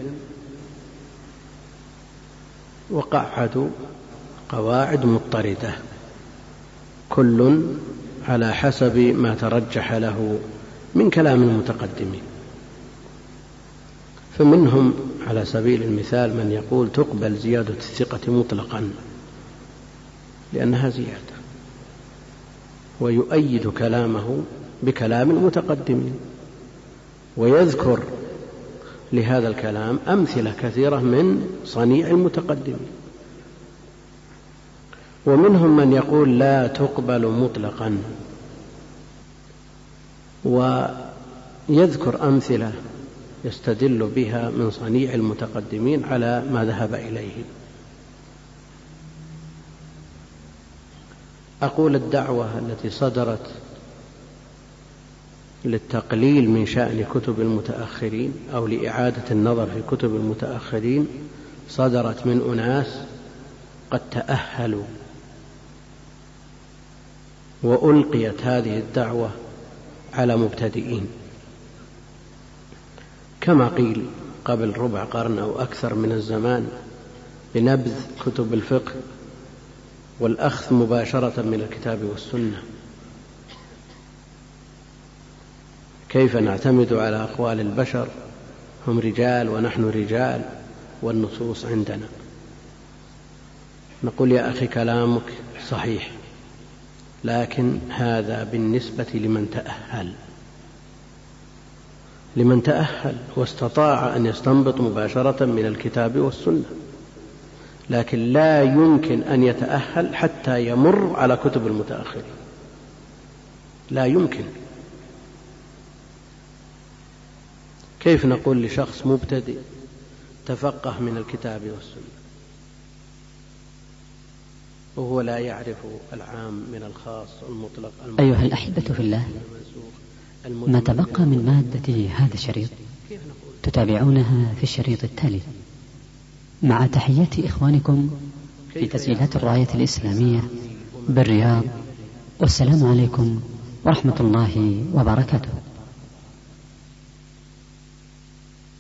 وقعدوا قواعد مضطردة، كل على حسب ما ترجح له من كلام المتقدمين. فمنهم على سبيل المثال من يقول تقبل زيادة الثقة مطلقا لأنها زيادة، ويؤيد كلامه بكلام المتقدمين، ويذكر لهذا الكلام أمثلة كثيرة من صنيع المتقدمين. ومنهم من يقول لا تقبل مطلقا، ويذكر أمثلة يستدل بها من صنيع المتقدمين على ما ذهب إليه. أقول الدعوة التي صدرت للتقليل من شأن كتب المتأخرين أو لإعادة النظر في كتب المتأخرين صدرت من أناس قد تأهلوا، وألقيت هذه الدعوة على مبتدئين، كما قيل قبل ربع قرن أو أكثر من الزمان بنبذ كتب الفقه والأخذ مباشرة من الكتاب والسنة. كيف نعتمد على أقوال البشر؟ هم رجال ونحن رجال والنصوص عندنا. نقول يا أخي كلامك صحيح، لكن هذا بالنسبة لمن تأهل واستطاع أن يستنبط مباشرة من الكتاب والسنة، لكن لا يمكن أن يتأهل حتى يمر على كتب المتأخرين، لا يمكن. كيف نقول لشخص مبتدئ تفقه من الكتاب والسنة وهو لا يعرف العام من الخاص المطلق؟ أيها الأحبة في الله، ما تبقى من مادة هذا الشريط تتابعونها في الشريط التالي، مع تحيات إخوانكم في تسجيلات الراية الإسلامية بالرياض، والسلام عليكم ورحمة الله وبركاته.